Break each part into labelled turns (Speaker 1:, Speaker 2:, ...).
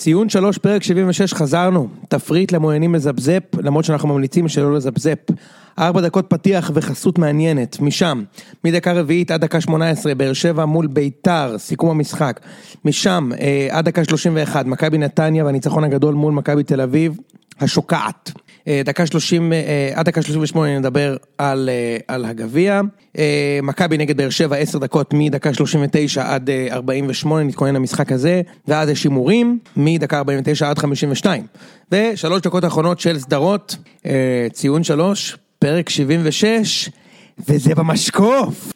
Speaker 1: ציון 3 פרק 76 חזרנו, תפריט למעוניינים לזבזפ, למרות שאנחנו ממליצים שלא לזבזפ, 4 דקות פתיח וחסות מעניינת, משם, מדקה רביעית עד דקה 18, באר שבע מול ביתר, סיכום המשחק, משם עד דקה 31, מכבי נתניה והניצחון הגדול מול מכבי תל אביב, השוקעת. דקה 30, עד דקה 38 נדבר על הגביע, מכבי נגד באר שבע 10 דקות מדקה 39 עד 48 נתכונן למשחק הזה, ועד השימורים מדקה 49 עד 52, ו3 דקות האחרונות של סדרות, ציון 3, פרק 76, וזה במשקוף.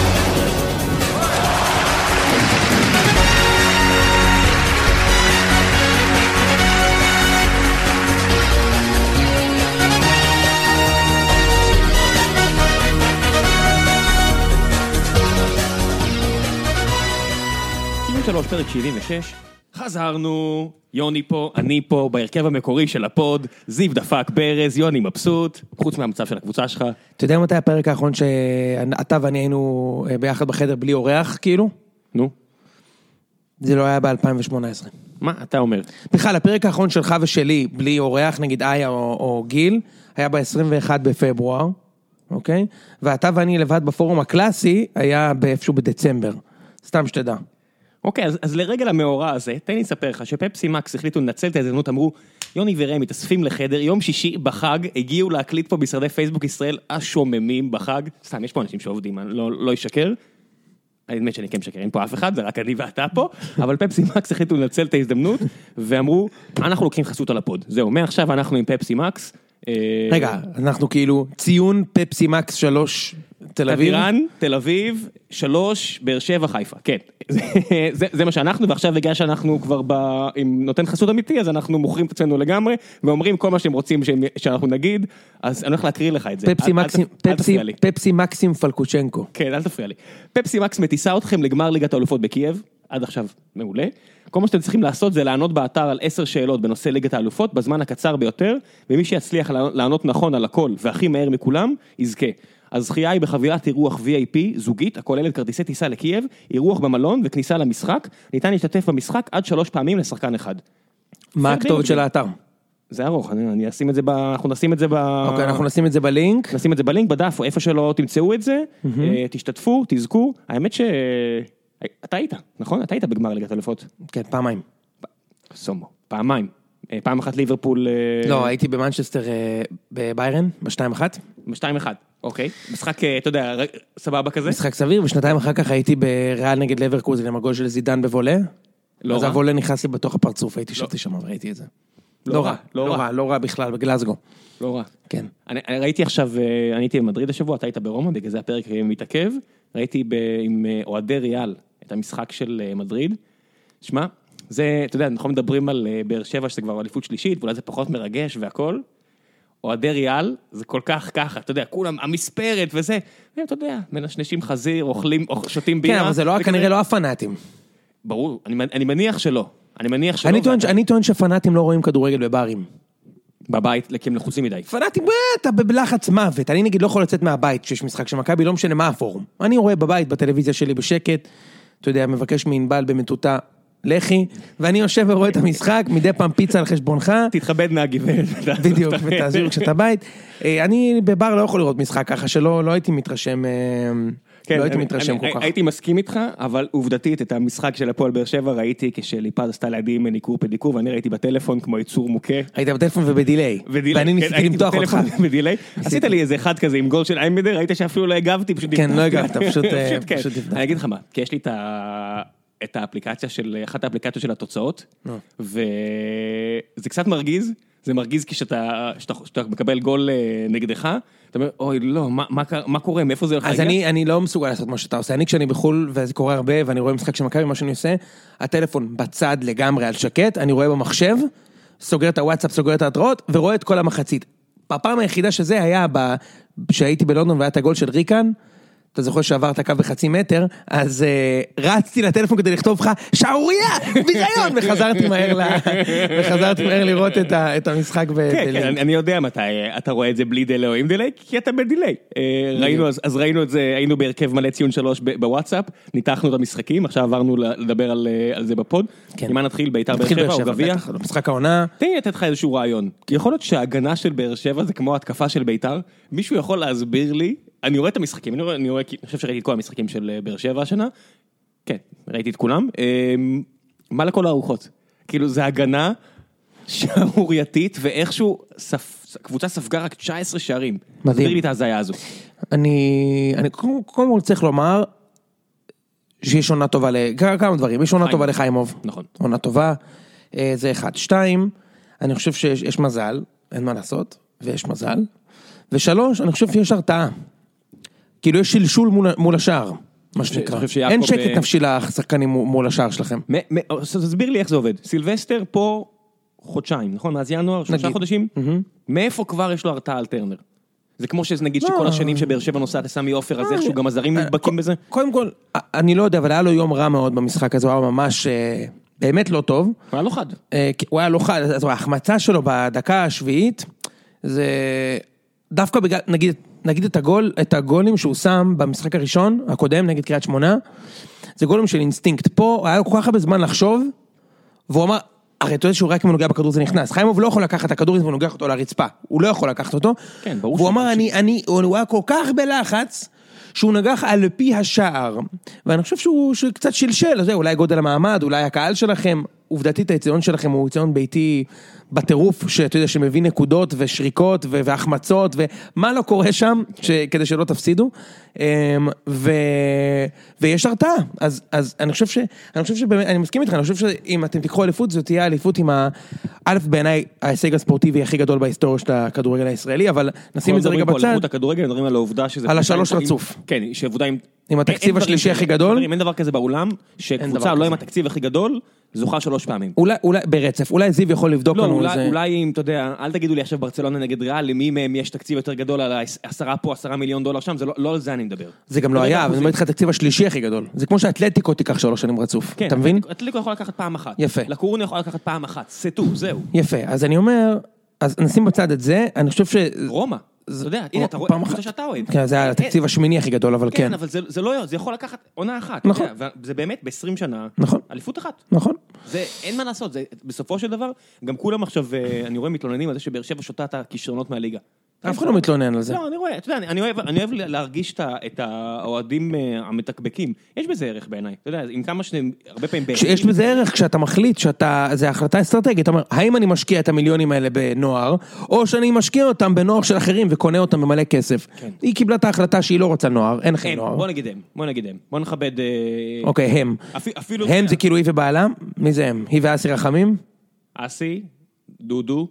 Speaker 2: שלוש, פרק 76, חזרנו, יוני פה, אני פה, בהרכב המקורי של הפוד, זיו דפק ברז, יוני מבסוט, חוץ מהמצב של הקבוצה שלך.
Speaker 1: אתה יודע מתי הפרק האחרון שאתה ואני היינו ביחד בחדר בלי אורח, כאילו?
Speaker 2: נו.
Speaker 1: זה לא היה ב-2018.
Speaker 2: מה אתה אומר?
Speaker 1: בכלל, הפרק האחרון שלך ושלי, בלי אורח, נגיד איה או גיל, היה ב-21 בפברואר, אוקיי? ואתה ואני לבד בפורום הקלאסי, היה באיפשהו בדצמבר. סתם שתדע.
Speaker 2: אוקיי, אז לרגל המאורע הזה, תן לי לספר לך שפפסי מקס החליטו לנצל את ההזדמנות, אמרו, יוני ורמי מתאספים לחדר, יום שישי בחג, הגיעו להקליט פה משרדי פייסבוק ישראל, השוממים בחג, סתם, יש פה אנשים שעובדים, אני לא אשקר, אני באמת שאני כן משקר, אין פה אף אחד, זה רק אני ואתה פה, אבל פפסי מקס החליטו לנצל את ההזדמנות, ואמרו, אנחנו לוקחים חסות על הפוד, זהו, מעכשיו אנחנו עם פפסי מקס.
Speaker 1: רגע, אנחנו כאילו, ציון פפסי מקס 3, תל אביב?
Speaker 2: אבירן, תל אביב, 3, באר שבע, חיפה, כן. זה מה שאנחנו, ועכשיו בגלל שאנחנו כבר אם נותן חסות אמיתי, אז אנחנו מוכרים את עצמנו לגמרי, ואומרים כל מה שהם רוצים שאנחנו נגיד, אז אני הולך להקריא לך את זה.
Speaker 1: פפסי מקסים פלקוצ'נקו.
Speaker 2: כן, אל תפריע לי. פפסי מקס מטיסה אתכם לגמר ליגת האלופות בקייב, עד עכשיו מעולה. כל מה שאתם צריכים לעשות זה לענות באתר על 10 שאלות בנושא ליגת האלופות, בזמן הקצר ביותר, ומי שיצליח לענות נכון על הכל, והכי מהר מכולם, יזכה. הזכייה היא בחבילת אירוח VIP זוגית, הכוללת כרטיסי טיסה לקייב, אירוח במלון וכניסה למשחק, ניתן להשתתף במשחק עד 3 פעמים לשחקן אחד.
Speaker 1: מה הכתובת של האתר?
Speaker 2: זה ארוך, אני אשים את זה אנחנו נשים את זה
Speaker 1: אוקיי, אנחנו נשים את זה בלינק.
Speaker 2: נשים את זה בלינק, בדף, איפה שלא תמצאו את זה, תשתתפו, תזכו. האמת אתה היית, נכון? אתה היית בגמר ליגת האלופות.
Speaker 1: כן, פעמיים.
Speaker 2: סומו, פעמיים. פעם אחת ליברפול...
Speaker 1: לא, הייתי במנצ'סטר בביירן, ב-2-1.
Speaker 2: ב-2-1, אוקיי. משחק, אתה יודע, סבבה כזה?
Speaker 1: משחק סביר, ושנתיים אחר כך הייתי בריאל נגד לברקוזן, עם הגול של זידן בוולה. לא אז הוולה נכנס לי בתוך הפרצוף, הייתי שבתי שם, וראיתי את זה. לא רע בכלל, בגלסגו.
Speaker 2: לא רע.
Speaker 1: כן.
Speaker 2: אני ראיתי עכשיו, אני הייתי במדריד השבוע, אתה היית ברומא, בגלל זה הפרק מתעכב. ראיתי עם אוהדי ריאל את המשחק של מדריד. שמע, זה, אתה יודע, אנחנו מדברים על באר שבע, שזה כבר אליפות שלישית, ואולי זה פחות מרגש והכל. אוהדי ריאל, זה כל כך ככה, אתה יודע, כולם, המספרת וזה, ואתה יודע, מנשנשים חזיר, אוכלים, שותים בירה.
Speaker 1: כן, אבל זה לא, כנראה לא הפנאטים.
Speaker 2: ברור, אני מניח שלא.
Speaker 1: אני טוען שפנאטים לא רואים כדורגל בברים.
Speaker 2: בבית, כי הם לחוצים מדי.
Speaker 1: פנאטים, אתה בלחץ מוות. אני נגיד לא יכול לצאת מהבית שיש משחק של מכבי, לא משנה מה הפורום. אני רואה בבית, בטלוויזיה שלי בשקט, אתה יודע, מבקש מענבל במטוטה, לכי, ואני יושב ורואה את המשחק, מדי פעם פיצה על חשבונך.
Speaker 2: תתכבד מהגברת.
Speaker 1: בדיוק, ותעזור כשאתה בית. אני בבר לא יכול לראות משחק ככה, שלא הייתי מתרשם, לא הייתי מתרשם כל כך.
Speaker 2: הייתי מסכים איתך, אבל עובדתית את המשחק של הפועל באר שבע ראיתי כשליפז עשתה לידי מניקור פדיקור, ואני ראיתי בטלפון כמו יצור מוכה.
Speaker 1: היית בטלפון ובדיליי. ואני ניסיתי למתוח אותך.
Speaker 2: בדיליי. עשית לי איזה אחד כזה עם גול של איימדר, ראית שאפילו לא הגבתי, פשוט
Speaker 1: כן, לא הגבת, פשוט
Speaker 2: אני אגיד לך מה, כי יש לי את האפליקציה של, אחת האפליקציות של התוצאות, וזה קצת מרגיז, זה מרגיז כשאתה מקבל גול נגדך, אתה אומר, אוי, לא, מה קורה, מאיפה זה הולך?
Speaker 1: אז אני לא מסוגל לעשות מה שאתה עושה, אני כשאני בחול, וזה קורה הרבה, ואני רואה משחק של מכבי, מה שאני עושה, הטלפון בצד לגמרי על שקט, אני רואה במחשב, סוגר את הוואטסאפ, סוגר את ההתראות, ורואה את כל המחצית. הפעם היחידה שזה היה, שהייתי בלונדון והיה את הגול של ריקן, אתה זוכר שעברת קו בחצי מטר, אז רצתי לטלפון כדי לכתוב לך, שעוריה, ביזיון, וחזרתי מהר לראות את המשחק בדילי.
Speaker 2: כן, אני יודע מתי אתה רואה את זה בלי דילי או עם דילי, כי אתה בדילי. ראינו את זה, היינו בהרכב מלא ציון 3 בוואטסאפ, ניתחנו את המשחקים, עכשיו עברנו לדבר על זה בפוד. עם מה נתחיל? בית"ר באר שבע או גביע?
Speaker 1: משחק העונה.
Speaker 2: תן לי לתת לך איזשהו רעיון. יכול להיות שההגנה של באר שבע זה כמו התקפה של בית"ר, מישהו יכול להסביר לי, אני רואה את המשחקים, אני חושב שראיתי את כל המשחקים של באר שבע השנה, כן, ראיתי את כולם, מה לכל הארוחות? כאילו זה הגנה שערורייתית, ואיכשהו קבוצה ספגה רק 19 שערים.
Speaker 1: מדהים.
Speaker 2: תסביר לי את ההזיה הזו.
Speaker 1: אני קודם כל צריך לומר, שיש עונה טובה, כמה דברים, יש עונה טובה לחיימוב.
Speaker 2: נכון.
Speaker 1: עונה טובה, זה אחד. 2, אני חושב שיש מזל, אין מה לעשות, ויש מזל. 3, אני חושב שיש הרתעה. כאילו יש שלשול מול השער, מה שנקרא. אין שקט נפשי לשחקנים מול השער שלכם.
Speaker 2: תסביר לי איך זה עובד. סילבסטר פה חודשיים, נכון? מאז ינואר, 3 חודשים? מאיפה כבר יש לו הרתעה על טרנר? זה כמו שנגיד שכל השנים שבאר שבע נוסעת לסמי עופר, אז איכשהו גם הזרים נדבקים בזה?
Speaker 1: קודם כל, אני לא יודע, אבל היה לו יום רע מאוד במשחק הזה, הוא היה ממש באמת לא טוב.
Speaker 2: הוא היה לא חד.
Speaker 1: הוא היה לא חד, אז ההחמצה שלו בדקה השביעית, זה דווקא בגלל, נגיד את הגולים שהוא שם במשחק הראשון, הקודם, נגד קריית שמונה, זה גולים של אינסטינקט. פה היה לו כל כך הרבה זמן לחשוב, והוא אמר, הרי אתה יודע שהוא רק אם הוא נוגע בכדור זה נכנס. חיימוב לא יכול לקחת את הכדור והוא נוגע אותו לרצפה. הוא לא יכול לקחת אותו.
Speaker 2: כן, ברור.
Speaker 1: והוא אמר, הוא היה כל כך בלחץ, שהוא נגח על פי השער. ואני חושב שהוא קצת שלשל, אז אולי גודל המעמד, אולי הקהל שלכם, עובדתית היציון שלכם הוא יציון ביתי בטירוף, שאתה יודע, שמביא נקודות ושריקות והחמצות, ומה לא קורה שם, כדי שלא תפסידו. ויש הרתעה. אז אני חושב שבאמת, אני מסכים איתך, אני חושב שאם אתם תיקחו אליפות, זאת תהיה אליפות עם א' בעיניי ההישג הספורטיבי הכי גדול בהיסטוריה של הכדורגל הישראלי, אבל נשים את זה רגע בצד.
Speaker 2: הכדורגל, מדברים על העובדה שזה...
Speaker 1: על 3 רצוף.
Speaker 2: כן, שעבודה
Speaker 1: עם התקציב השלישי הכי גדול.
Speaker 2: אין דבר כזה באולם, שקבוצה לא עם התקציב הכי גדול, זוכה 3 פעמים.
Speaker 1: אולי ברצף, אולי זיו יכול לבדוק לנו.
Speaker 2: אולי אם אתה יודע, אל תגידו לי עכשיו ברצלונה נגד ריאל, למי מהם יש תקציב יותר גדול על 10 פה, 10 מיליון דולר שם, לא על זה אני מדבר.
Speaker 1: זה גם לא היה, אבל אני אומר לך התקציב השלישי הכי גדול. זה כמו שהאתלטיקו תיקח 3 שנים רצוף, אתה מבין?
Speaker 2: אתלטיקו יכול לקחת פעם אחת.
Speaker 1: יפה.
Speaker 2: לקורוני יכול לקחת פעם אחת, סטו, זהו.
Speaker 1: יפה, אז אני אומר, אז נשים בצד את זה, אני חושב ש...
Speaker 2: רומא. אתה יודע, הנה, אתה רואה, זה שאתה אוהב.
Speaker 1: כן, זה היה התקציב השמיני הכי גדול, אבל כן.
Speaker 2: כן, אבל זה לא, זה יכול לקחת עונה אחת.
Speaker 1: נכון.
Speaker 2: זה באמת ב-20 שנה, אליפות אחת.
Speaker 1: נכון.
Speaker 2: זה, אין מה לעשות, זה, בסופו של דבר, גם כולם עכשיו, אני רואה מתלוננים על זה שבאר שבע שותה את הכישרונות מהליגה.
Speaker 1: אף אחד לא מתלונן על זה.
Speaker 2: לא, אני רואה, אתה יודע, אני אוהב להרגיש את האוהדים המתקבקים. יש בזה ערך בעיניי. אתה יודע, עם כמה הרבה פעמים...
Speaker 1: יש בזה ערך כשאתה מחליט זה החלטה אסטרטגית. אתה אומר, האם אני משקיע את המיליונים האלה בנוער, או שאני משקיע אותם בנוער של אחרים וקונה אותם במלא כסף. היא קיבלה את ההחלטה שהיא לא רוצה נוער, אין לכם נוער.
Speaker 2: בוא נגיד הם. בוא נכבד...
Speaker 1: אוקיי, הם. הם זה כאילו היא ובעלה? מי זה הם? היא ואסי רחמים?
Speaker 2: אסי, דודו.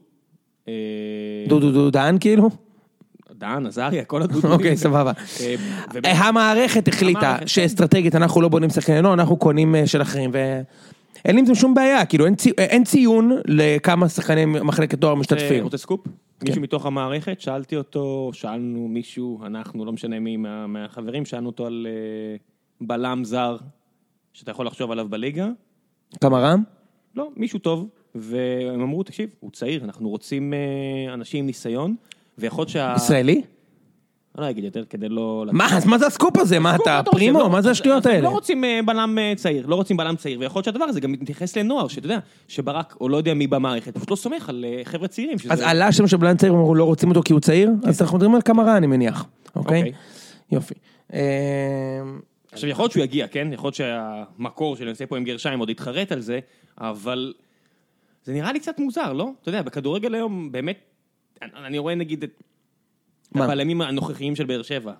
Speaker 1: דודו דן כאילו?
Speaker 2: דן, עזריה, כל הדודו.
Speaker 1: אוקיי, סבבה. המערכת החליטה שאסטרטגית אנחנו לא בונים שחקנים, לא, אנחנו קונים של אחרים, ואין עם זה שום בעיה, כאילו אין ציון לכמה שחקנים מחלקת תואר משתתפים.
Speaker 2: רוצה סקופ? מישהו מתוך המערכת, שאלתי אותו, שאלנו מישהו, אנחנו, לא משנה מי מהחברים, שאלנו אותו על בלם זר, שאתה יכול לחשוב עליו בליגה.
Speaker 1: כמה רם?
Speaker 2: לא, מישהו טוב, והם אמרו, תקשיב, הוא צעיר, אנחנו רוצים אנשים עם ניסיון, ויכול להיות
Speaker 1: ישראלי?
Speaker 2: אני לא אגיד יותר כדי לא...
Speaker 1: מה? אז מה זה הסקופ הזה? מה אתה פרימו? מה זה השטויות האלה?
Speaker 2: לא רוצים בלם צעיר, ויכול להיות שהדבר הזה גם מתייחס לנוער, שאתה יודע, שברק, או לא יודע מי במערכת, פשוט לא סומך על חבר'ה צעירים.
Speaker 1: אז עלה שם שבלם צעיר, אמרו, לא רוצים אותו כי הוא צעיר? אז אנחנו מדברים על כמה רע, אני מניח. אוקיי? יופי.
Speaker 2: עכשיו, יכול להיות שהוא יגיע, כן? יכול להיות שהמקור של נמצא פה עם גרשיים עוד יתחרט על זה, אבל זה נראה לי קצת מוזר, לא? אתה יודע, בכדורגל היום, באמת, אני רואה נגיד את הבלמים הנוכחיים של באר שבע.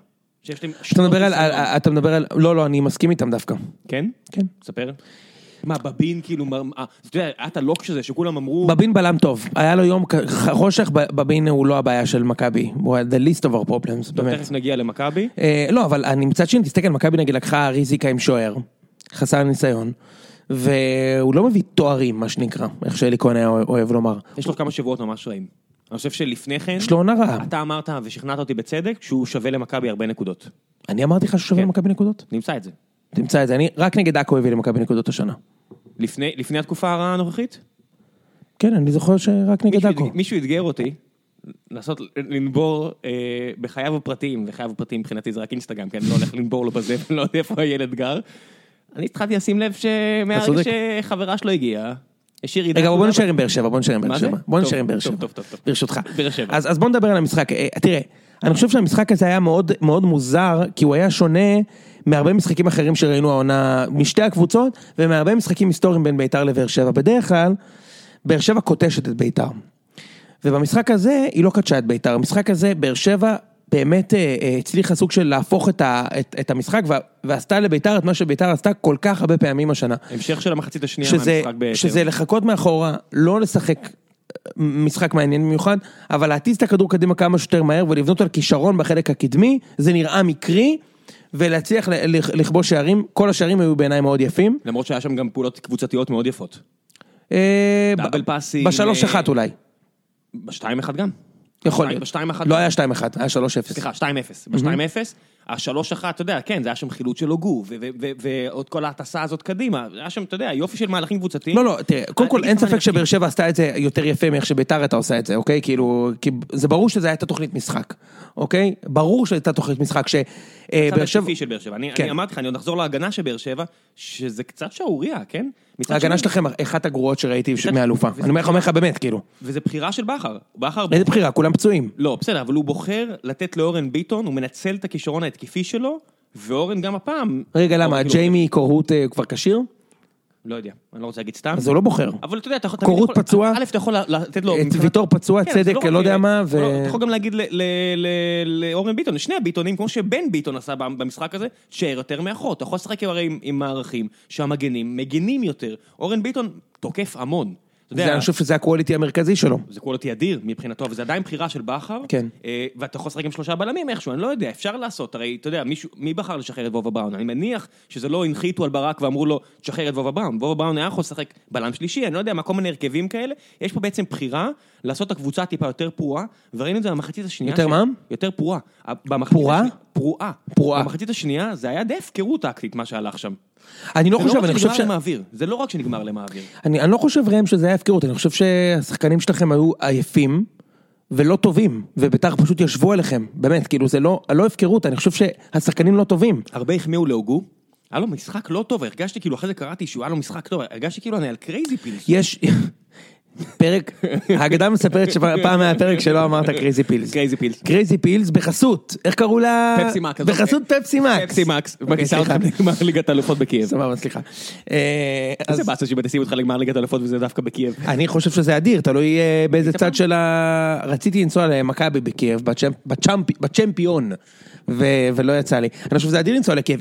Speaker 1: אתה מדבר על, לא, אני מסכים איתם דווקא.
Speaker 2: כן?
Speaker 1: כן.
Speaker 2: ספר. מה, בבין כאילו, אתה יודע, היה את הלוק שזה שכולם אמרו...
Speaker 1: בבין בלם טוב. היה לו יום חושך, בבין הוא לא הבעיה של מכבי. הוא היה the least of our problems, באמת.
Speaker 2: תכף נגיע למכבי.
Speaker 1: לא, אבל אני מצד שני, תסתכל, מכבי נגיד לקחה ריזיקה עם שוער, חסר ניסיון, והוא לא מביא תוארים, מה שנקרא, איך שאלי כהן היה אוהב לומר.
Speaker 2: יש לו כמה שבועות ממש רעים. אני חושב שלפני כן,
Speaker 1: יש לו עונה רעה.
Speaker 2: אתה אמרת ושכנעת אותי בצדק, שהוא שווה למכבי הרבה נקודות.
Speaker 1: אני אמרתי לך ששווה למכבי נקודות?
Speaker 2: נמצא את זה.
Speaker 1: תמצא את זה, אני רק נגד עכו הביא למכבי נקודות השנה.
Speaker 2: לפני התקופה הרעה הנוכחית?
Speaker 1: כן, אני זוכר שרק נגד עכו.
Speaker 2: מישהו התגר אותי, לנבור בחייו הפרטיים, וחייו הפרטיים מבחינתי זה רק אינסטגרם, כי אני לא הולך לנבור לו בזה, ואני לא יודע איפה הילד גר. אני התחלתי לשים לב שמהרגע שחברה שלו הגיעה,
Speaker 1: רגע, בוא נשאר עם באר שבע, בוא נשאר עם באר שבע, ברשותך. אז בוא נדבר על המשחק. תראה, אני חושב שהמשחק הזה היה מאוד מאוד מוזר, כי הוא היה שונה מהרבה משחקים אחרים שראינו העונה משתי הקבוצות, ומהרבה משחקים היסטוריים בין ביתר לבאר שבע. בדרך כלל, באר שבע קוטשת את ביתר. ובמשחק הזה היא לא קדשה את ביתר. במשחק הזה באר שבע באמת הצליחה סוג של להפוך את המשחק, ועשתה לביתר את מה שביתר עשתה כל כך הרבה פעמים השנה.
Speaker 2: המשך של המחצית השנייה מהמשחק בעצם.
Speaker 1: שזה לחכות מאחורה, לא לשחק משחק מעניין במיוחד, אבל להטיס את הכדור קדימה כמה שיותר מהר, ולבנות על כישרון בחלק הקדמי, זה נראה מקרי, ולהצליח לכבוש שערים, כל השערים היו בעיניי מאוד יפים.
Speaker 2: למרות שהיה שם גם פעולות קבוצתיות מאוד יפות. דאבל פאסי.
Speaker 1: ב3-1 אולי.
Speaker 2: ב2-1 גם.
Speaker 1: יכול להיות.
Speaker 2: ב2-1.
Speaker 1: לא היה 2-1, היה 3-0.
Speaker 2: סליחה, 2-0. ב2-0, ה3-1, אתה יודע, כן, זה היה שם חילוץ של הוגו, ועוד כל ההטסה הזאת קדימה, היה שם, אתה יודע, יופי של מהלכים קבוצתיים.
Speaker 1: לא, תראה, קודם כל אין ספק שבאר שבע עשתה את זה יותר יפה מאיך שביתר אתה עושה את זה, אוקיי? כאילו, זה ברור שזה הייתה תוכנית משחק, אוקיי? ברור שהייתה תוכנית משחק, שבאר שבע...
Speaker 2: של באר שבע. אני אמרתי לך, אני עוד נחזור להגנה של באר שבע, שזה קצת שעוריה, כן?
Speaker 1: ההגנה שלכם, אחת הגרועות שראיתי מהאלופה. אני אומר לך באמת, כאילו.
Speaker 2: וזה בחירה של בכר.
Speaker 1: איזה בחירה? כולם פצועים.
Speaker 2: לא, בסדר, אבל הוא בוחר לתת לאורן ביטון, הוא מנצל את הכישרון ההתקפי שלו, ואורן גם הפעם...
Speaker 1: רגע, למה? ג'יימי קורהוט כבר כשיר?
Speaker 2: לא יודע, אני לא רוצה להגיד סתם.
Speaker 1: אז הוא לא בוחר.
Speaker 2: אבל אתה יודע,
Speaker 1: קורהוט פצוע.
Speaker 2: א', אתה יכול לתת לו...
Speaker 1: ויתור פצוע, צדק, לא יודע מה,
Speaker 2: אתה יכול גם להגיד לאורן ביטון, לשני הביטונים, כמו שבן ביטון עשה במשחק הזה, שייר יותר מאחור. אתה יכול לשחק עם מערכים שהמגנים מגנים יותר. אורן ביטון תוקף המון.
Speaker 1: אני חושב שזה הקואליטי המרכזי שלו.
Speaker 2: זה קואליטי אדיר מבחינתו, וזה עדיין בחירה של בכר.
Speaker 1: כן.
Speaker 2: ואתה יכול לשחק עם 3 בלמים איכשהו, אני לא יודע, אפשר לעשות, הרי, אתה יודע, מי בחר לשחרר את וובה בראון? אני מניח שזה לא הנחיתו על ברק ואמרו לו, תשחרר את וובה בראון. וובה בראון היה יכול לשחק בלם שלישי, אני לא יודע, כל מיני הרכבים כאלה. יש פה בעצם בחירה לעשות את הקבוצה טיפה יותר פרועה, וראינו את זה במחצית השנייה.
Speaker 1: יותר מה?
Speaker 2: יותר פרועה.
Speaker 1: פרועה?
Speaker 2: פרועה. במחצית השנייה, זה היה די הפקרות טקטית, מה שהלך שם.
Speaker 1: אני לא חושב, אני חושב
Speaker 2: זה לא רק שנגמר למעביר.
Speaker 1: אני לא חושב רם שזה היה הפקרות, אני חושב שהשחקנים שלכם היו עייפים ולא טובים, וביתר פשוט ישבו עליכם, באמת, כאילו זה לא הפקרות, אני חושב שהשחקנים לא טובים.
Speaker 2: הרבה החמיאו להוגו, היה לו משחק לא טוב, הרגשתי כאילו אחרי זה קראתי שהוא היה לו משחק טוב, הרגשתי כאילו אני על קרייזי פילס.
Speaker 1: יש פרק, ההגדה מספרת שפעם היה פרק שלא אמרת קרייזי פילס.
Speaker 2: קרייזי פילס.
Speaker 1: קרייזי פילס בחסות, איך קראו לה?
Speaker 2: פפסי מקס.
Speaker 1: בחסות פפסי מקס.
Speaker 2: פפסי מקס. בכיסה אותך לגמר ליגת האלופות בקייב.
Speaker 1: סבבה, סליחה.
Speaker 2: איזה באסה שבתשים אותך לגמר ליגת האלופות וזה דווקא בקייב.
Speaker 1: אני חושב שזה אדיר, תלוי באיזה צד של רציתי לנסוע למכבי בקייב, בצ'מפיון, ולא יצא לי. אני חושב שזה אדיר לנסוע לקייב,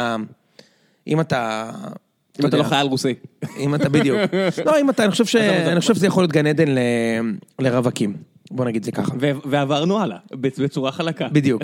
Speaker 1: אם אתה
Speaker 2: לא חייל רוסי.
Speaker 1: אם אתה בדיוק. לא, אם אתה, אני חושב שזה יכול להיות גן עדן לרווקים. בוא נגיד זה ככה.
Speaker 2: ועברנו הלאה, בצורה חלקה.
Speaker 1: בדיוק.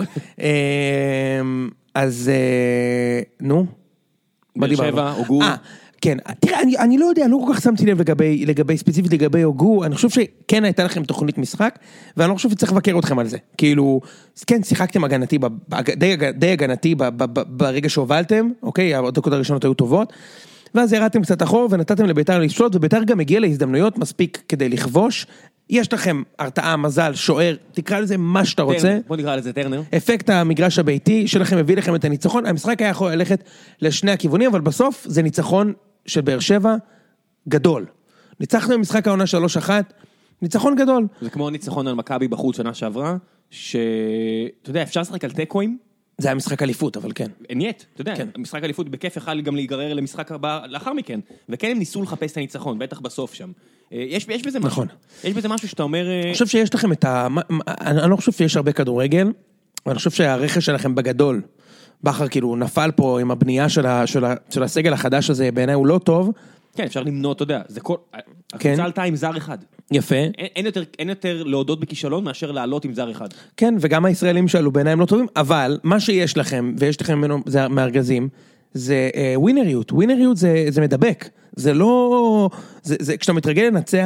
Speaker 1: אז, נו.
Speaker 2: באר שבע, הוגו.
Speaker 1: כן, תראה, אני לא יודע, אני לא כל כך שמתי לב ספציפית לגבי הוגו, אני חושב שכן הייתה לכם תוכנית משחק, ואני לא חושב שצריך לבקר אתכם על זה. כאילו, כן, שיחקתם הגנתי, די הגנתי ברגע שהובלתם, אוקיי, הדקות הראשונות היו טובות, ואז ירדתם קצת אחור ונתתם לביתר לשלוט, וביתר גם הגיע להזדמנויות מספיק כדי לכבוש. יש לכם הרתעה, מזל, שוער, תקרא לזה מה שאתה רוצה.
Speaker 2: בוא נקרא לזה טרנר.
Speaker 1: אפקט המגרש הביתי שלכם הביא לכם את הניצחון. המשחק היה יכול ללכת לשני הכיוונים, אבל בסוף זה ניצחון של באר שבע גדול. ניצחנו במשחק העונה 3-1, ניצחון גדול.
Speaker 2: זה כמו ניצחון על מכבי בחוץ שנה שעברה, שאתה יודע, אפשר לשחק על טקואים,
Speaker 1: זה היה משחק אליפות, אבל כן.
Speaker 2: נייט, אתה יודע, משחק אליפות בכיף יכול גם להיגרר למשחק הבא לאחר מכן, וכן הם ניסו לחפש את הניצחון, בטח בסוף שם. יש בזה משהו. נכון. יש בזה משהו שאתה אומר...
Speaker 1: אני חושב שיש לכם אני לא חושב שיש הרבה כדורגל, אני חושב שהרכש שלכם בגדול, בכר כאילו נפל פה עם הבנייה של הסגל החדש הזה, בעיניי הוא לא טוב.
Speaker 2: כן, אפשר למנות, אתה יודע, זה כל... הקבוצה עלתה עם זר אחד.
Speaker 1: יפה.
Speaker 2: אין יותר להודות בכישלון מאשר לעלות עם זר אחד.
Speaker 1: כן, וגם הישראלים שעלו בעיניים לא טובים, אבל מה שיש לכם, ויש לכם ממנו, זה מארגזים, זה ווינריות. ווינריות זה מדבק. זה לא... כשאתה מתרגל לנצח,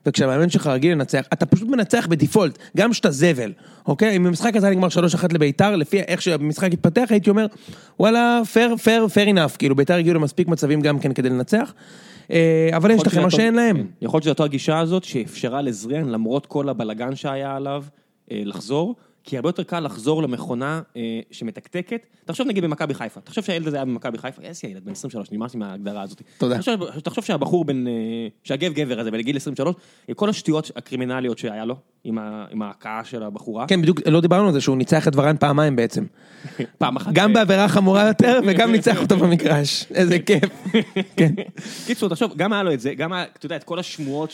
Speaker 1: וכשהמאמן שלך רגיל לנצח, אתה פשוט מנצח בדיפולט, גם שאתה זבל, אוקיי? אם המשחק הזה נגמר 3-1 לביתר, לפי איך שהמשחק התפתח, הייתי אומר, וואלה, fair enough, כאילו ביתר הגיעו למספיק מצבים גם כן כדי לנצח, אבל יש לכם מה שאין להם.
Speaker 2: יכול להיות שזאת הגישה הזאת שאפשרה לזריאן, למרות כל הבלגן שהיה עליו, לחזור, כי הרבה יותר קל לחזור למכונה שמתקתקת. תחשוב נגיד במכבי חיפה, תחשוב שהילד הזה היה במכבי חיפה, איזה ילד, בן 23, נמאס עם ההגדרה הזאת.
Speaker 1: תודה.
Speaker 2: תחשוב שהבחור שהגבר הזה, בגיל 23, עם כל השטויות הקרימינליות שהיה לו, עם ההקאה של הבחורה.
Speaker 1: כן, בדיוק, לא דיברנו על זה, שהוא ניצח את ורן פעמיים בעצם.
Speaker 2: פעם אחת.
Speaker 1: גם בעבירה חמורה יותר, וגם ניצח אותו במגרש. איזה כיף.
Speaker 2: קיצור, תחשוב, גם היה לו את זה, גם היה, אתה יודע, את כל השמועות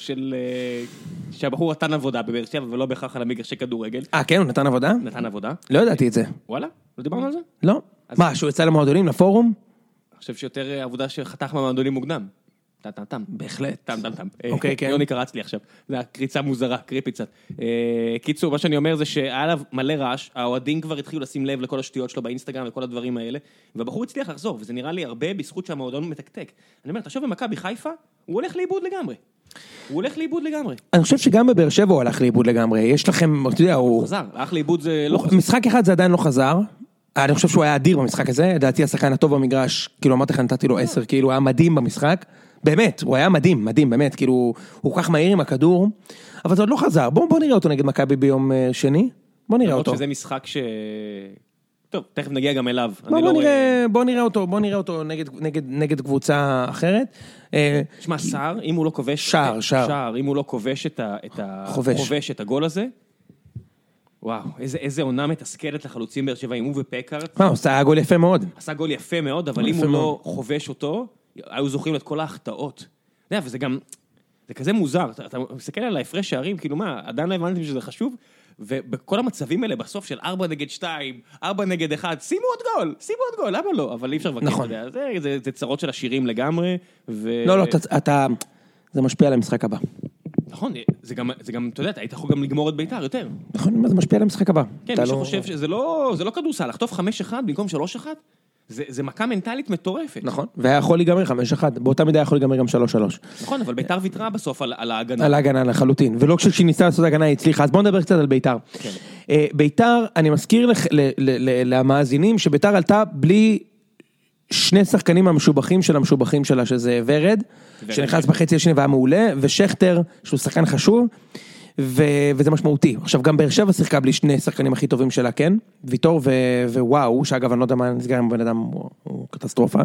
Speaker 2: שהבחור נתן עבודה בבאר שבע, ולא בהכרח על המגרשי כדורגל.
Speaker 1: כן, הוא נתן עבודה?
Speaker 2: נתן עבודה.
Speaker 1: לא ידעתי את זה.
Speaker 2: וואלה? לא דיברנו על זה?
Speaker 1: לא. מה, שהוא יצא למועדונים, לפורום?
Speaker 2: אני חושב שיותר עבודה שחתך מהמועדונים מוקדם. טם.
Speaker 1: בהחלט.
Speaker 2: טם.
Speaker 1: אוקיי, כן.
Speaker 2: יוני קרץ לי עכשיו. זה היה קריצה מוזרה, קריפי קצת. קיצור, מה שאני אומר זה שהיה עליו מלא רעש, האוהדים כבר התחילו לשים לב לכל השטויות שלו באינסטגרם וכל הדברים האלה, והבחור הצליח לחזור, וזה נראה לי הרבה בזכות שהמועדון מתקתק. אני אומר, תחשוב במכבי חיפה, הוא הולך לאיבוד לגמרי.
Speaker 1: אני חושב שגם בבאר שבע הוא הלך לאיבוד לגמרי. יש לכם, אתה יודע, הוא...
Speaker 2: חזר, הלך לאיבוד זה לא חזר.
Speaker 1: משחק אחד זה עדיין לא חזר. אני חושב שהוא היה אדיר במשחק הזה, לדעתי השחקן הטוב במגרש, כאילו אמרתי לך, נתתי לו 10, כאילו היה מדהים במשחק, באמת, הוא היה מדהים, באמת, כאילו, הוא כל כך מהיר עם הכדור, אבל זה עוד לא חזר, בוא נראה אותו נגד מכבי ביום שני, בוא נראה אותו.
Speaker 2: שזה משחק טוב, תכף נגיע גם אליו.
Speaker 1: בוא נראה אותו נגד קבוצה אחרת.
Speaker 2: תשמע, שער, אם הוא לא כובש, שער, אם הוא לא כובש את הגול הזה, וואו, איזה עונה מתסכלת לחלוצים באר שבע, אם הוא ופקארט.
Speaker 1: הוא עשה גול יפה מאוד.
Speaker 2: עשה גול יפה מאוד, אבל אם הוא לא חובש אותו, היו זוכרים את כל ההחטאות. אתה יודע, וזה גם, זה כזה מוזר, אתה מסתכל על ההפרש שערים, כאילו מה, עדיין לא הבנתם שזה חשוב, ובכל המצבים האלה בסוף של 4-2, 4-1, שימו עוד גול, למה לא? אבל אי אפשר לבקר, אתה יודע, זה צרות של השירים לגמרי,
Speaker 1: לא, זה משפיע על המשחק הבא.
Speaker 2: נכון, זה גם, אתה יודע, היית יכול גם לגמור את ביתר יותר.
Speaker 1: נכון, זה משפיע על המשחק הבא.
Speaker 2: כן, מי שחושב שזה לא כדורסל, לחטוף 5-1 במקום 3-1, זה מכה מנטלית מטורפת.
Speaker 1: נכון, והיה יכול להיגמר 5-1. באותה מידה יכול להיגמר גם 3-3.
Speaker 2: נכון, אבל ביתר ויתרה בסוף על ההגנה.
Speaker 1: על ההגנה לחלוטין, ולא כשהיא ניסתה לעשות ההגנה היא הצליחה. אז בואו נדבר קצת על ביתר. ביתר, אני מזכיר למאזינים שביתר עלתה בלי שני שחקנים המשובחים שלה, שזה ורד, שנכנס בחצי השני והיה מעולה, ושכטר, שהוא שחקן חשוב, וזה משמעותי. עכשיו, גם באר שבע שיחקה בלי שני שחקנים הכי טובים שלה, כן? ויטור ווואו, שאגב, אני לא יודע מה נסגר עם בן אדם, הוא קטסטרופה.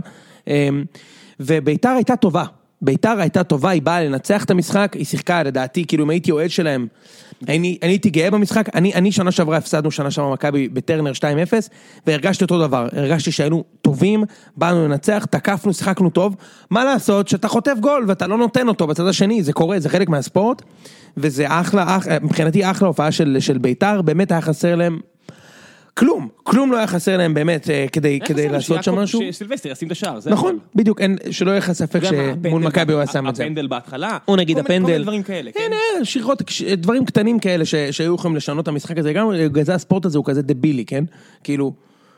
Speaker 1: וביתר הייתה טובה, היא באה לנצח את המשחק, היא שיחקה, לדעתי, כאילו אם הייתי אוהד שלהם, אני הייתי גאה במשחק, אני שנה שעברה הפסדנו שנה שעברה מכבי בטרנר 2-0, והרגשתי אותו דבר, הרגשתי שהיינו טובים, באנו לנצח, תקפנו, שיחקנו טוב, מה לעשות? שאתה חוטף גול ואתה לא נותן אותו בצד השני, זה קורה, זה חלק מהספורט, וזה אחלה, מבחינתי אחלה הופעה של ביתר, באמת היה חסר להם, כלום לא היה חסר להם באמת כדי לעשות שם משהו.
Speaker 2: סילבסטר ישים את השער.
Speaker 1: נכון, בדיוק, שלא יהיה לך ספק שמול מכבי הוא היה שם את זה.
Speaker 2: הפנדל בהתחלה.
Speaker 1: או נגיד הפנדל.
Speaker 2: כל מיני דברים כאלה.
Speaker 1: שרירות, דברים קטנים כאלה שהיו יכולים לשנות את המשחק הזה. גם גזע הספורט הזה הוא כזה דבילי, כן? כאילו,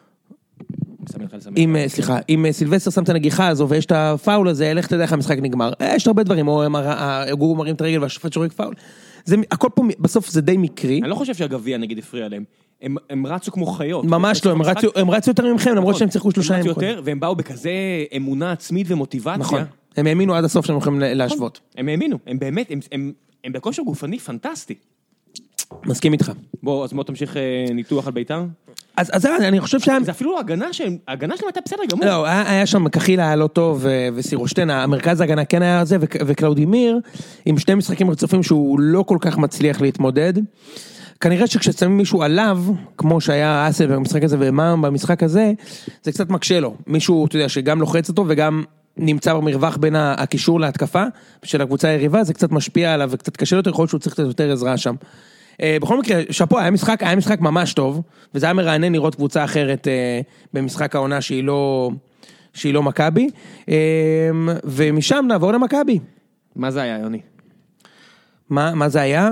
Speaker 1: אם סילבסטר שם את הנגיחה הזו ויש את הפאול הזה, איך אתה יודע איך המשחק נגמר? יש הרבה דברים, או הגור מרים את הרגל והשופט שורק פאול. הכל פה בסוף זה די מקרי.
Speaker 2: אני לא חושב שהגביע נגיד הפריע להם. הם רצו כמו חיות.
Speaker 1: ממש לא, הם רצו יותר ממכם, למרות שהם צריכו 3 ימים.
Speaker 2: והם באו בכזה אמונה עצמית ומוטיבציה.
Speaker 1: נכון, הם האמינו עד הסוף שהם יכולים להשוות.
Speaker 2: הם האמינו, הם באמת, הם בכושר גופני פנטסטי.
Speaker 1: מסכים איתך.
Speaker 2: בוא, אז בוא תמשיך ניתוח על ביתר.
Speaker 1: אז אני חושב שהם...
Speaker 2: זה אפילו ההגנה שלהם הייתה בסדר גמור.
Speaker 1: לא, היה שם, כחיל היה לא טוב, וסירושטיין, המרכז ההגנה כן היה זה, וקלאודימיר, עם 2 משחקים רצופים שהוא לא כל כך מצליח להתמודד. כנראה שכששמים מישהו עליו, כמו שהיה אסל במשחק הזה ומאם במשחק הזה, זה קצת מקשה לו. מישהו, אתה יודע, שגם לוחץ אותו וגם נמצא במרווח בין הקישור להתקפה של הקבוצה היריבה, זה קצת משפיע עליו וקצת קשה לו, יכול להיות שהוא צריך יותר עזרה שם. בכל מקרה, שפו, היה משחק ממש טוב, וזה היה מרענן לראות קבוצה אחרת במשחק העונה שהיא לא מכבי, ומשם נעבור למכבי.
Speaker 2: מה זה היה, יוני?
Speaker 1: מה זה היה?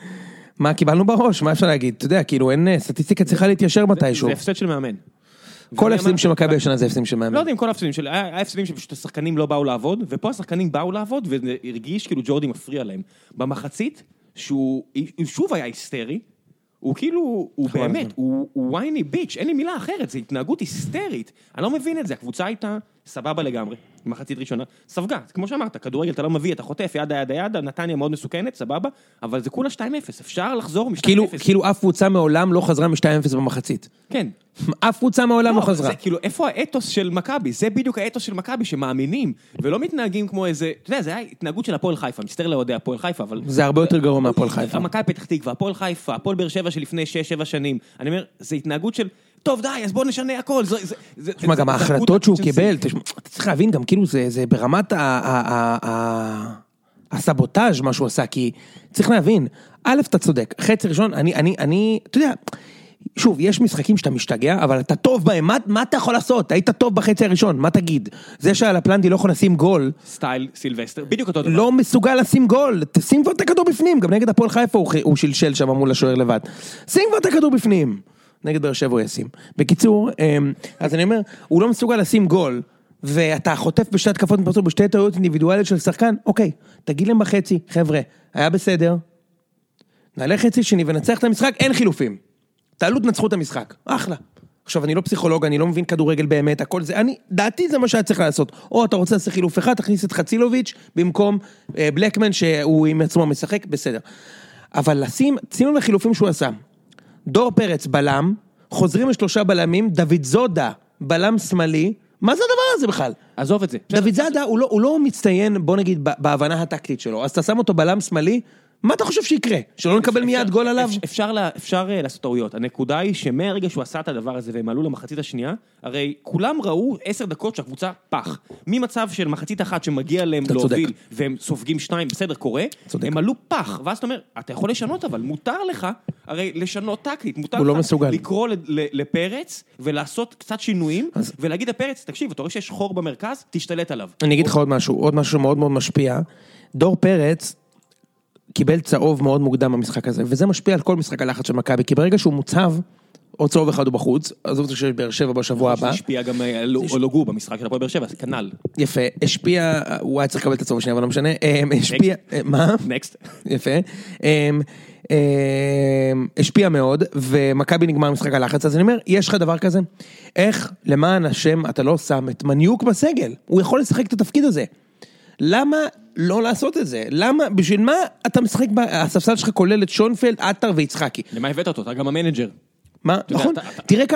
Speaker 1: מה קיבלנו בראש, מה אפשר להגיד? אתה יודע, כאילו אין סטטיסטיקה צריכה להתיישר מתישהו.
Speaker 2: זה הפסד של מאמן.
Speaker 1: כל ההפסדים של מכבי השנה זה הפסדים של מאמן.
Speaker 2: לא יודע אם כל ההפסדים של, היה הפסדים שפשוט השחקנים לא באו לעבוד, ופה השחקנים באו לעבוד, והרגיש כאילו ג'ורדי מפריע להם. במחצית, שהוא שוב היה היסטרי, הוא כאילו, הוא באמת, הוא וייני ביץ', אין לי מילה אחרת, זה התנהגות היסטרית. אני לא מבין את זה, הקבוצה הייתה סבבה לגמרי, במחצית ראשונה, ספגה, כמו שאמרת, כדורגל אתה לא מביא, אתה חוטף, ידה, נתניה מאוד מסוכנת, סבבה, אבל זה כולה 2-0, אפשר לחזור מ-2-0.
Speaker 1: כאילו אף קבוצה מעולם לא חזרה מ-2-0 במחצית.
Speaker 2: כן.
Speaker 1: אף קבוצה מעולם לא חזרה.
Speaker 2: זה כאילו, איפה האתוס של מכבי? זה בדיוק האתוס של מכבי, שמאמינים, ולא מתנהגים כמו איזה, אתה יודע, זה היה התנהגות של הפועל חיפה, מצטער לאוהדי הפועל חיפה, אבל
Speaker 1: זה הרבה יותר גרוע מהפועל חיפה.
Speaker 2: מכבי פתח תקווה, הפועל חיפה, הפועל באר שבע שלפני 6-7 שנים. אני אומר, זה התנהגות של, טוב די, אז בוא נשנה הכל.
Speaker 1: תשמע, גם ההחלטות שהוא קיבל, אתה צריך להבין גם, כאילו זה ברמת הסבוטאז' מה שהוא עשה, כי צריך להבין, א', אתה צודק, חצי ראשון, אני, אתה יודע, שוב, יש משחקים שאתה משתגע, אבל אתה טוב בהם, מה אתה יכול לעשות? היית טוב בחצי הראשון, מה תגיד? זה שעל הפלנטי לא יכול לשים גול.
Speaker 2: סטייל סילבסטר, בדיוק אותו דבר.
Speaker 1: לא מסוגל לשים גול, תשים כבר את הכדור בפנים, גם נגד הפועל חיפה הוא שלשל שם מול השוער לבד. שים כבר את הכדור בפנים. נגד באר שבע הוא ישים. בקיצור, אז אני אומר, הוא לא מסוגל לשים גול, ואתה חוטף בשתי התקפות מפרצות, בשתי טעויות אינדיבידואליות של שחקן, אוקיי, תגיד להם בחצי, חבר'ה, היה בסדר, נעלה חצי שני ונצח את המשחק, אין חילופים. תעלו תנצחו את המשחק, אחלה. עכשיו, אני לא פסיכולוג, אני לא מבין כדורגל באמת, הכל זה, דעתי זה מה שהיה צריך לעשות. או אתה רוצה לעשות חילוף אחד, תכניס את חצילוביץ' במקום בלקמן שהוא עם עצמו משחק, בסדר. אבל שימו לחילופים שהוא עשה. דור פרץ בלם, חוזרים לשלושה בלמים, דוד זודה בלם שמאלי, מה זה הדבר הזה בכלל?
Speaker 2: עזוב את זה.
Speaker 1: דוד זודה הוא לא מצטיין, בוא נגיד, בהבנה הטקטית שלו, אז אתה שם אותו בלם שמאלי, מה אתה חושב שיקרה? שלא נקבל מיד גול עליו?
Speaker 2: אפשר לעשות טעויות. הנקודה היא שמהרגע שהוא עשה את הדבר הזה והם עלו למחצית השנייה, הרי כולם ראו 10 דקות שהקבוצה פח. ממצב של מחצית אחת שמגיע להם להוביל והם סופגים 2, בסדר, קורה, הם עלו פח. ואז אתה אומר, אתה יכול לשנות, אבל מותר לך, הרי לשנות טקטית, מותר לך לקרוא לפרץ ולעשות קצת שינויים, ולהגיד לפרץ, תקשיב, אתה רואה שיש חור במרכז, תשתלט עליו. אני אגיד לך
Speaker 1: עוד משהו מאוד מאוד משפיע. דור פרץ קיבל צהוב מאוד מוקדם במשחק הזה, וזה משפיע על כל משחק הלחץ של מכבי, כי ברגע שהוא מוצב, או צהוב אחד הוא בחוץ, אז הוא שיש באר שבע בשבוע הבא.
Speaker 2: זה השפיע גם על אולוגו במשחק של הפועל באר שבע, זה כנל.
Speaker 1: יפה, השפיע, הוא היה צריך לקבל את הצהוב השנייה, אבל לא משנה, השפיע, מה?
Speaker 2: נקסט.
Speaker 1: יפה. השפיע מאוד, ומכבי נגמר משחק הלחץ, אז אני אומר, יש לך דבר כזה? איך, למען השם, אתה לא שם את מניוק בסגל? הוא יכול לשחק את התפקיד הזה. למה לא לעשות את זה? למה, בשביל מה אתה משחק, הספסל שלך כולל את שונפלד, עטר ויצחקי?
Speaker 2: למה הבאת אותו? אתה גם המנג'ר.
Speaker 1: מה? נכון? תראה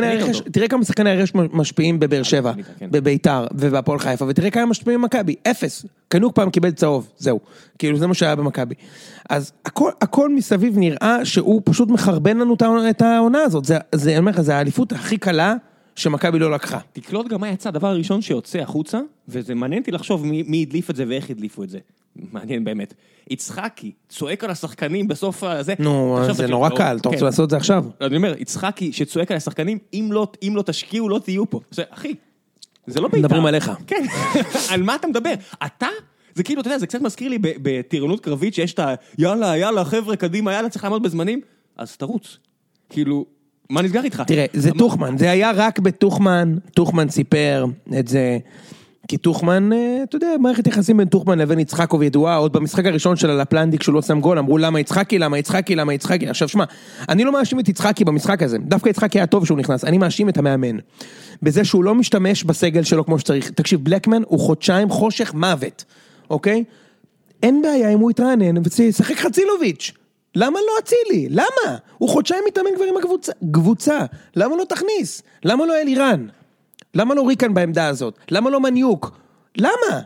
Speaker 1: כמה שחקני הרכש משפיעים בבאר שבע, בביתר ובהפועל חיפה, ותראה כמה משפיעים במכבי, 0. קנוק פעם קיבל צהוב, זהו. כאילו זה מה שהיה במכבי. אז הכל מסביב נראה שהוא פשוט מחרבן לנו את העונה הזאת. זה, אני אומר לך, זה האליפות הכי קלה שמכבי לא לקחה.
Speaker 2: תקלוט גם מה יצא, הדבר הראשון שיוצא החוצה, וזה מעניין אותי לחשוב מי הדליף את זה ואיך הדליפו את זה. מעניין באמת. יצחקי, צועק על השחקנים בסוף הזה.
Speaker 1: נו, זה נורא קל, אתה רוצה לעשות את זה עכשיו?
Speaker 2: אני אומר, יצחקי שצועק על השחקנים, אם לא תשקיעו, לא תהיו פה. אחי, זה לא ביתר.
Speaker 1: מדברים עליך.
Speaker 2: כן, על מה אתה מדבר? אתה, זה כאילו, אתה יודע, זה קצת מזכיר לי בטירונות קרבית, שיש את ה, יאללה, חבר'ה, קדימה, יאללה, צריך לעמוד בזמנים, אז תרוץ. כאילו, מה נסגר איתך?
Speaker 1: תראה, זה תוכמן, זה היה רק בתוכמן, תוכמן סיפר את זה, כי תוכמן, אתה יודע, מערכת יחסים בין תוכמן לבין יצחקוב ידועה, עוד במשחק הראשון של הלפלנדי כשהוא לא שם גול, אמרו למה יצחקי, עכשיו שמה, אני לא מאשים את יצחקי במשחק הזה, דווקא יצחקי היה טוב שהוא נכנס, אני מאשים את המאמן, בזה שהוא לא משתמש בסגל שלו כמו שצריך, תקשיב, בלקמן הוא חודשיים חושך מוות, אוקיי? אין בעיה אם הוא יתרענן ושחק חצילוביץ'. למה לא אצילי? למה? הוא חודשיים מתאמן כבר עם הקבוצה. למה לא תכניס? למה לא אלירן? למה לא ריקן בעמדה הזאת? למה לא מניוק? למה?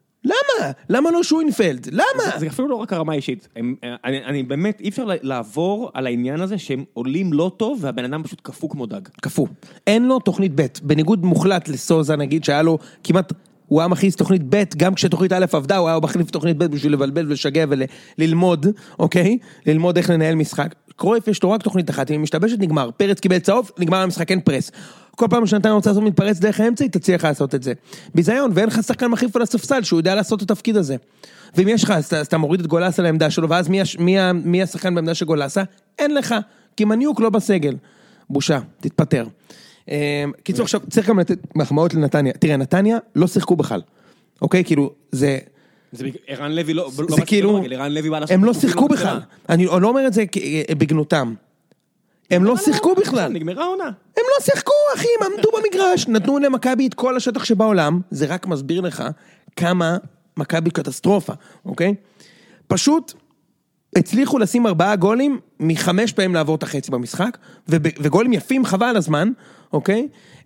Speaker 1: למה לא שוינפלד? למה?
Speaker 2: זה אפילו לא רק הרמה אישית. אני באמת, אי אפשר לעבור על העניין הזה שהם עולים לא טוב והבן אדם פשוט קפוא כמו דג.
Speaker 1: קפוא. אין לו תוכנית ב' בניגוד מוחלט לסוזה נגיד שהיה לו כמעט הוא היה מכניס תוכנית ב' גם כשתוכנית א' עבדה, הוא היה מחליף תוכנית ב' בשביל לבלבל ולשגע וללמוד, אוקיי? ללמוד איך לנהל משחק. קרויף יש לו רק תוכנית אחת, אם היא משתבשת נגמר, פרץ קיבל צהוב, נגמר המשחק, אין פרס. כל פעם שנתיים רוצה לעשות מתפרץ דרך האמצע, היא תצליח לעשות את זה. ביזיון, ואין לך שחקן מחליף על הספסל, שהוא יודע לעשות את התפקיד הזה. ואם יש לך, אז אתה מוריד את גולס על העמדה שלו, ואז מי השחקן בעמדה של גולסה? אין לך, כי מניוק לא בסגל. בושה, תתפטר. קיצור, עכשיו צריך גם לתת מחמאות לנתניה. תראה, נתניה לא שיחקו בכלל. אוקיי? כאילו, זה
Speaker 2: ערן לוי לא...
Speaker 1: זה כאילו... הם לא שיחקו בכלל. אני לא אומר את זה בגנותם. הם לא שיחקו בכלל.
Speaker 2: נגמרה עונה.
Speaker 1: הם לא שיחקו, אחי, הם עמדו במגרש, נתנו למכבי את כל השטח שבעולם, זה רק מסביר לך כמה מכבי קטסטרופה, אוקיי? פשוט הצליחו לשים 4 גולים, מ5 פעמים לעבור את החצי במשחק, וגולים יפים חבל על הזמן, אוקיי?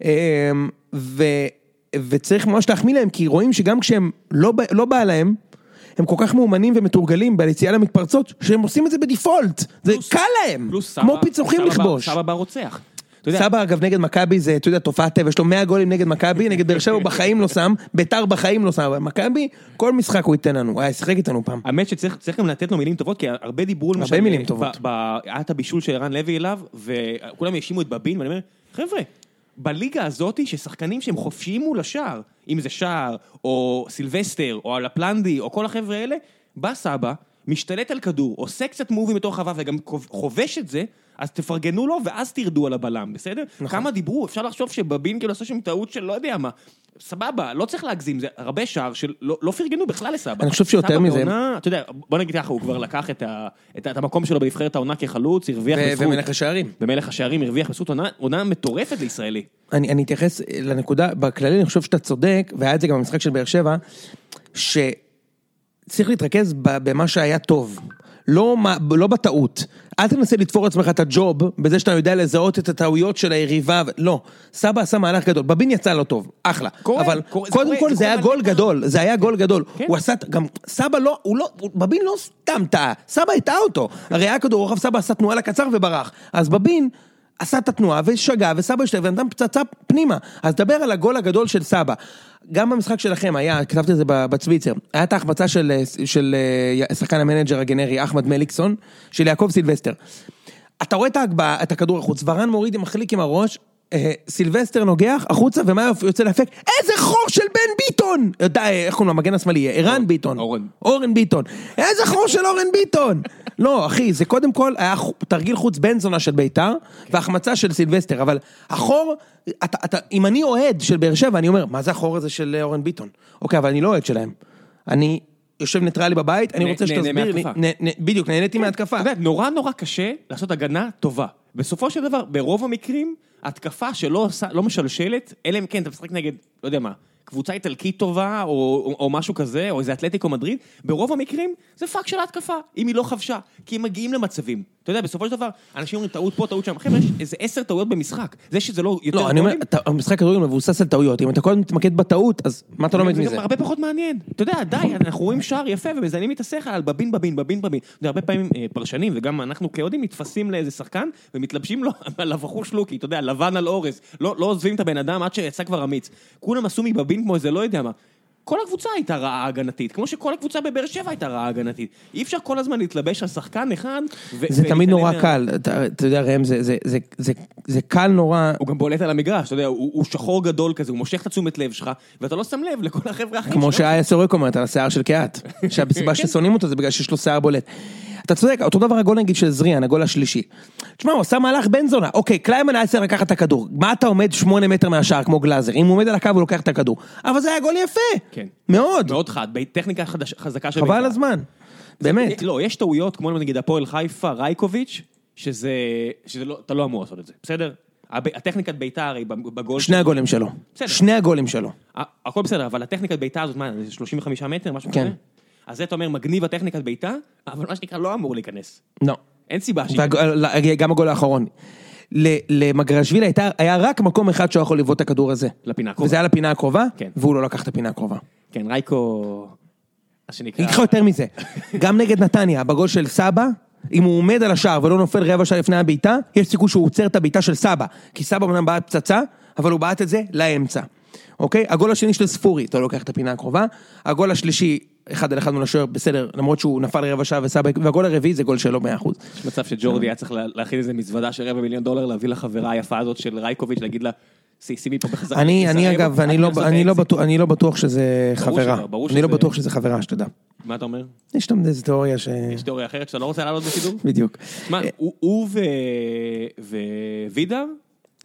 Speaker 1: וצריך ממש להחמיא להם, כי רואים שגם כשהם לא בא להם, הם כל כך מאומנים ומתורגלים ביציאה למתפרצות, שהם עושים את זה בדיפולט, זה קל להם, כמו פיצוחים לכבוש.
Speaker 2: סבא ברוצח.
Speaker 1: סבא אגב נגד מכבי זה, אתה יודע, תופעת טבע, יש לו 100 גולים נגד מכבי, נגד באר שבע בחיים לא שם, ביתר בחיים לא שם, מכבי, כל משחק הוא ייתן לנו, הוא היה ישחק איתנו פעם.
Speaker 2: האמת שצריך גם לתת לו מילים טובות, כי הרבה דיברו למשל,
Speaker 1: הרבה מילים טובות.
Speaker 2: היה את הבישול של ערן לוי אליו, וכולם האשימו את בבין, ואני אומר, חבר'ה, בליגה הזאת ששחקנים שהם חופשיים מול השער, אם זה שער, או סילבסטר, או הלפלנדי, או כל החבר'ה האלה, בא סבא, משתלט על כדור, עושה קצת מובי מתוך חווה, וגם חובש את זה, אז תפרגנו לו, ואז תרדו על הבלם, בסדר? נכון. כמה דיברו, אפשר לחשוב שבבין כאילו עשה שם טעות של לא יודע מה, סבבה, לא צריך להגזים, זה הרבה שער שלא פרגנו בכלל לסבא.
Speaker 1: אני חושב שיותר מזה.
Speaker 2: אתה יודע, בוא נגיד ככה, הוא כבר לקח את המקום שלו בנבחרת העונה כחלוץ, הרוויח בזכות.
Speaker 1: ומלך השערים.
Speaker 2: במלך השערים הרוויח בזכות עונה מטורפת לישראלי.
Speaker 1: אני אתייחס לנקודה, בכללי אני חושב שאתה צודק, והיה את זה גם במשחק של באר שבע, שצריך להתרכז במה שהיה טוב. לא בטעות. אל תנסה לתפור עצמך את הג'וב, בזה שאתה יודע לזהות את הטעויות של היריבה, לא. סבא עשה מהלך גדול, בבין יצא לו טוב, אחלה. אבל קודם כל זה היה גול גדול, זה היה גול גדול. הוא עשה, גם סבא לא, בבין לא סתם טעה, סבא הטעה אותו. הרי היה כדור רוחב, סבא עשה תנועה לקצר וברח. אז בבין עשה את התנועה ושגע, וסבא השתלב, ונתן פצצה פנימה. אז דבר על הגול הגדול של סבא. גם במשחק שלכם היה, כתבתי את זה בצוויצר, היה את ההחמצה של שחקן המנג'ר הגנרי, אחמד מליקסון, של יעקב סילבסטר. אתה רואה את הכדור החוץ, ורן מוריד מחליק עם הראש, סילבסטר נוגח החוצה, ומה יוצא להפק? איזה חור של בן ביטון! איך קוראים לו, המגן השמאלי, ערן ביטון. אורן ביטון. איזה חור של אורן ביטון! לא, אחי, זה קודם כל היה תרגיל חוץ בן זונה של ביתר, והחמצה של סילבסטר, אבל החור, אם אני אוהד של באר שבע, אני אומר, מה זה החור הזה של אורן ביטון? אוקיי, אבל אני לא אוהד שלהם. אני יושב ניטרלי בבית, אני רוצה שתסביר לי, בדיוק, נהניתי מהתקפה.
Speaker 2: אתה יודע, נורא קשה לעשות הגנה טובה. בסופו של דבר, ברוב המקרים, התקפה שלא משלשלת, אלא אם כן, אתה משחק נגד, לא יודע מה, קבוצה איטלקית טובה, או משהו כזה, או איזה אתלטיקו מדריד, ברוב המקרים, זה פאק של ההתקפה, אם היא לא חבשה, כי הם מגיעים למצבים. אתה יודע, בסופו של דבר, אנשים אומרים, טעות פה, טעות שם, חבר'ה, יש איזה 10 טעויות במשחק. זה שזה לא יותר...
Speaker 1: לא, אני אומר, המשחק כדורגל מבוסס על טעויות. אם אתה קודם מתמקד בטעות, אז מה אתה לומד מזה?
Speaker 2: זה גם הרבה פחות מעניין. אתה יודע, די, אנחנו רואים שער יפה, ומזיינים את השכל על בבין. הרבה פעמים פרשנים, וגם אנחנו כאוהדים מתפסים לאיזה שחקן, ומתלבשים לו על לבחור שלוקי, אתה יודע, לבן על אורז. לא עוזבים את הבן אדם עד שיצא כבר אמיץ. כולם עשו מבבין כמו איזה לא יודע מה. כל הקבוצה הייתה רעה הגנתית, כמו שכל הקבוצה בבאר שבע הייתה רעה הגנתית. אי אפשר כל הזמן להתלבש על שחקן אחד.
Speaker 1: זה תמיד נורא קל, אתה יודע ראם, זה קל נורא.
Speaker 2: הוא גם בולט על המגרש, אתה יודע, הוא שחור גדול כזה, הוא מושך את תשומת לב שלך, ואתה לא שם לב לכל החבר'ה האחרים.
Speaker 1: כמו שהיה סורק אומרת על השיער של קיאט, שהסיבה ששונאים אותו זה בגלל שיש לו שיער בולט. אתה צודק, אותו דבר הגול נגיד של זריאן, הגול השלישי. תשמע, הוא עשה מהלך בן זונה. אוקיי, קליימן היה צריך לקחת את הכדור. מה אתה עומד 8 מטר מהשער כמו גלאזר? אם הוא עומד על הקו הוא לוקח את הכדור. אבל זה היה גול יפה.
Speaker 2: כן.
Speaker 1: מאוד.
Speaker 2: מאוד חד, בטכניקה חזקה של...
Speaker 1: חבל הזמן. באמת.
Speaker 2: לא, יש טעויות, כמו נגיד הפועל חיפה, רייקוביץ', שזה לא, אתה לא אמור לעשות את זה. בסדר? הטכניקת ביתר הרי בגול...
Speaker 1: שני הגולים שלו. שני הגולים שלו.
Speaker 2: הכל בסדר, אבל הטכניקת ביתר הזאת, מה, זה 35 מטר, משהו כזה? אז זה אתה אומר, מגניב הטכניקת ביתה, אבל מה שנקרא לא אמור להיכנס.
Speaker 1: לא.
Speaker 2: אין סיבה.
Speaker 1: גם הגול האחרון. למגרשוויל היה רק מקום אחד שהוא יכול לבוא את הכדור הזה.
Speaker 2: לפינה הקרובה.
Speaker 1: וזה היה לפינה הקרובה, והוא לא לקח את הפינה הקרובה.
Speaker 2: כן, רייקו...
Speaker 1: אני אקרא יותר מזה. גם נגד נתניה, בגול של סבא, אם הוא עומד על השער ולא נופל רבע שעה לפני הביתה, יש סיכוי שהוא עוצר את הביתה של סבא. כי סבא אמנם בעט פצצה, אבל הוא בעט את זה לאמצע. אוקיי? הגול השני של ספורי, אתה לוקח את הפינה הקרובה. הגול השלישי, 1-1 מול השוער, בסדר, למרות שהוא נפל רבע שעה וסבא, והגול הרביעי זה גול שלו 100%.
Speaker 2: יש מצב שג'ורדי היה צריך להכין איזה מזוודה של $250,000, להביא לחברה היפה הזאת של רייקוביץ', להגיד לה, שימי פה בחזרה.
Speaker 1: אני אגב, אני לא בטוח שזה חברה. אני לא בטוח שזה חברה, שתדע.
Speaker 2: מה אתה אומר?
Speaker 1: יש שם איזה תיאוריה ש...
Speaker 2: יש תיאוריה אחרת שאתה לא רוצה לעלות בשידור?
Speaker 1: בדיוק.
Speaker 2: מה, הוא ווידר,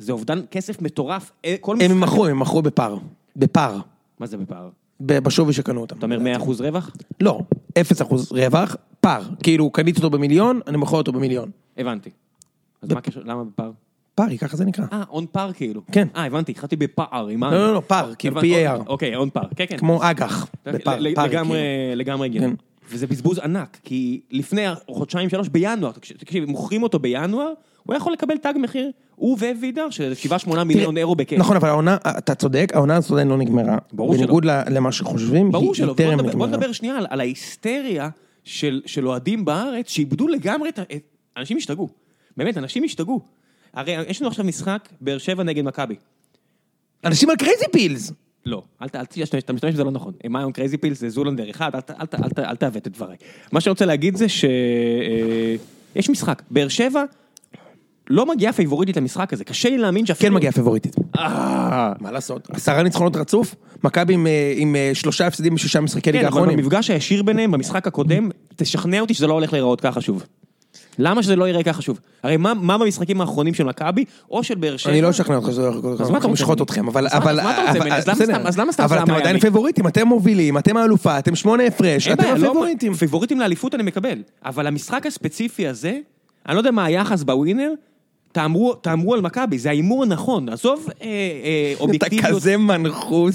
Speaker 2: זה אובדן כסף מטורף.
Speaker 1: הם מכרו בפער.
Speaker 2: מה זה בפער?
Speaker 1: בשווי שקנו אותם.
Speaker 2: אתה אומר 100% רווח?
Speaker 1: לא, 0% רווח, פער. כאילו, קניתי אותו במיליון, אני מוכר אותו במיליון.
Speaker 2: הבנתי. אז מה הקשר? למה בפער?
Speaker 1: פערי, ככה זה נקרא.
Speaker 2: און פער כאילו.
Speaker 1: כן.
Speaker 2: הבנתי, התחלתי בפער.
Speaker 1: לא, פער, כאילו PAR.
Speaker 2: אוקיי, און פער. כן, כן.
Speaker 1: כמו אג"ח.
Speaker 2: לגמרי הגיוני. וזה בזבוז ענק, כי לפני חודשיים 3 בינואר, תקשיב, מוכרים אותו בינואר, הוא יכול לקבל תג מחיר, הוא ווידר, שזה 7-8 מיליון אירו בכיף.
Speaker 1: נכון, אבל העונה, אתה צודק, העונה הזאת עדיין לא נגמרה.
Speaker 2: ברור שלא.
Speaker 1: בניגוד למה שחושבים,
Speaker 2: ברור
Speaker 1: היא
Speaker 2: שלא.
Speaker 1: טרם נגמרה.
Speaker 2: בוא נדבר שנייה על ההיסטריה של אוהדים בארץ, שאיבדו לגמרי אנשים השתגעו. באמת, אנשים השתגעו. הרי יש לנו עכשיו משחק, באר שבע נגד מכבי.
Speaker 1: אנשים על קרייזי פילס.
Speaker 2: לא, אתה משתמש בזה לא נכון. מה היום קרייזי פילס זה זולנדר אחד, אל תעוות את דבריי. מה שאני רוצה להגיד זה שיש משחק. באר שבע לא מגיעה פייבוריטית למשחק הזה. קשה לי להאמין שאפילו...
Speaker 1: כן מגיעה פייבוריטית. מה לעשות? 10 ניצחונות רצוף, מכבי עם 3 הפסדים ב6 משחקי ליגה האחרונים.
Speaker 2: כן, אבל במפגש הישיר ביניהם, במשחק הקודם, תשכנע אותי שזה לא הולך להיראות ככה שוב. למה שזה לא יראה ככה שוב? הרי מה במשחקים האחרונים של מכבי, או של באר שבע?
Speaker 1: אני לא אשכנע אותך שזה הולך לשחוט אתכם, אבל...
Speaker 2: אז למה סתם...
Speaker 1: אבל אתם עדיין פייבוריטים, אתם מובילים, אתם האלופה, אתם 8 הפרש, אתם הפייבוריטים.
Speaker 2: פייבוריטים לאליפות אני מקבל, אבל המשחק הספציפי הזה, אני לא יודע מה היחס בווינר, תאמרו על מכבי, זה האימור הנכון, עזוב אובייקטיביות.
Speaker 1: אתה כזה מנחוס,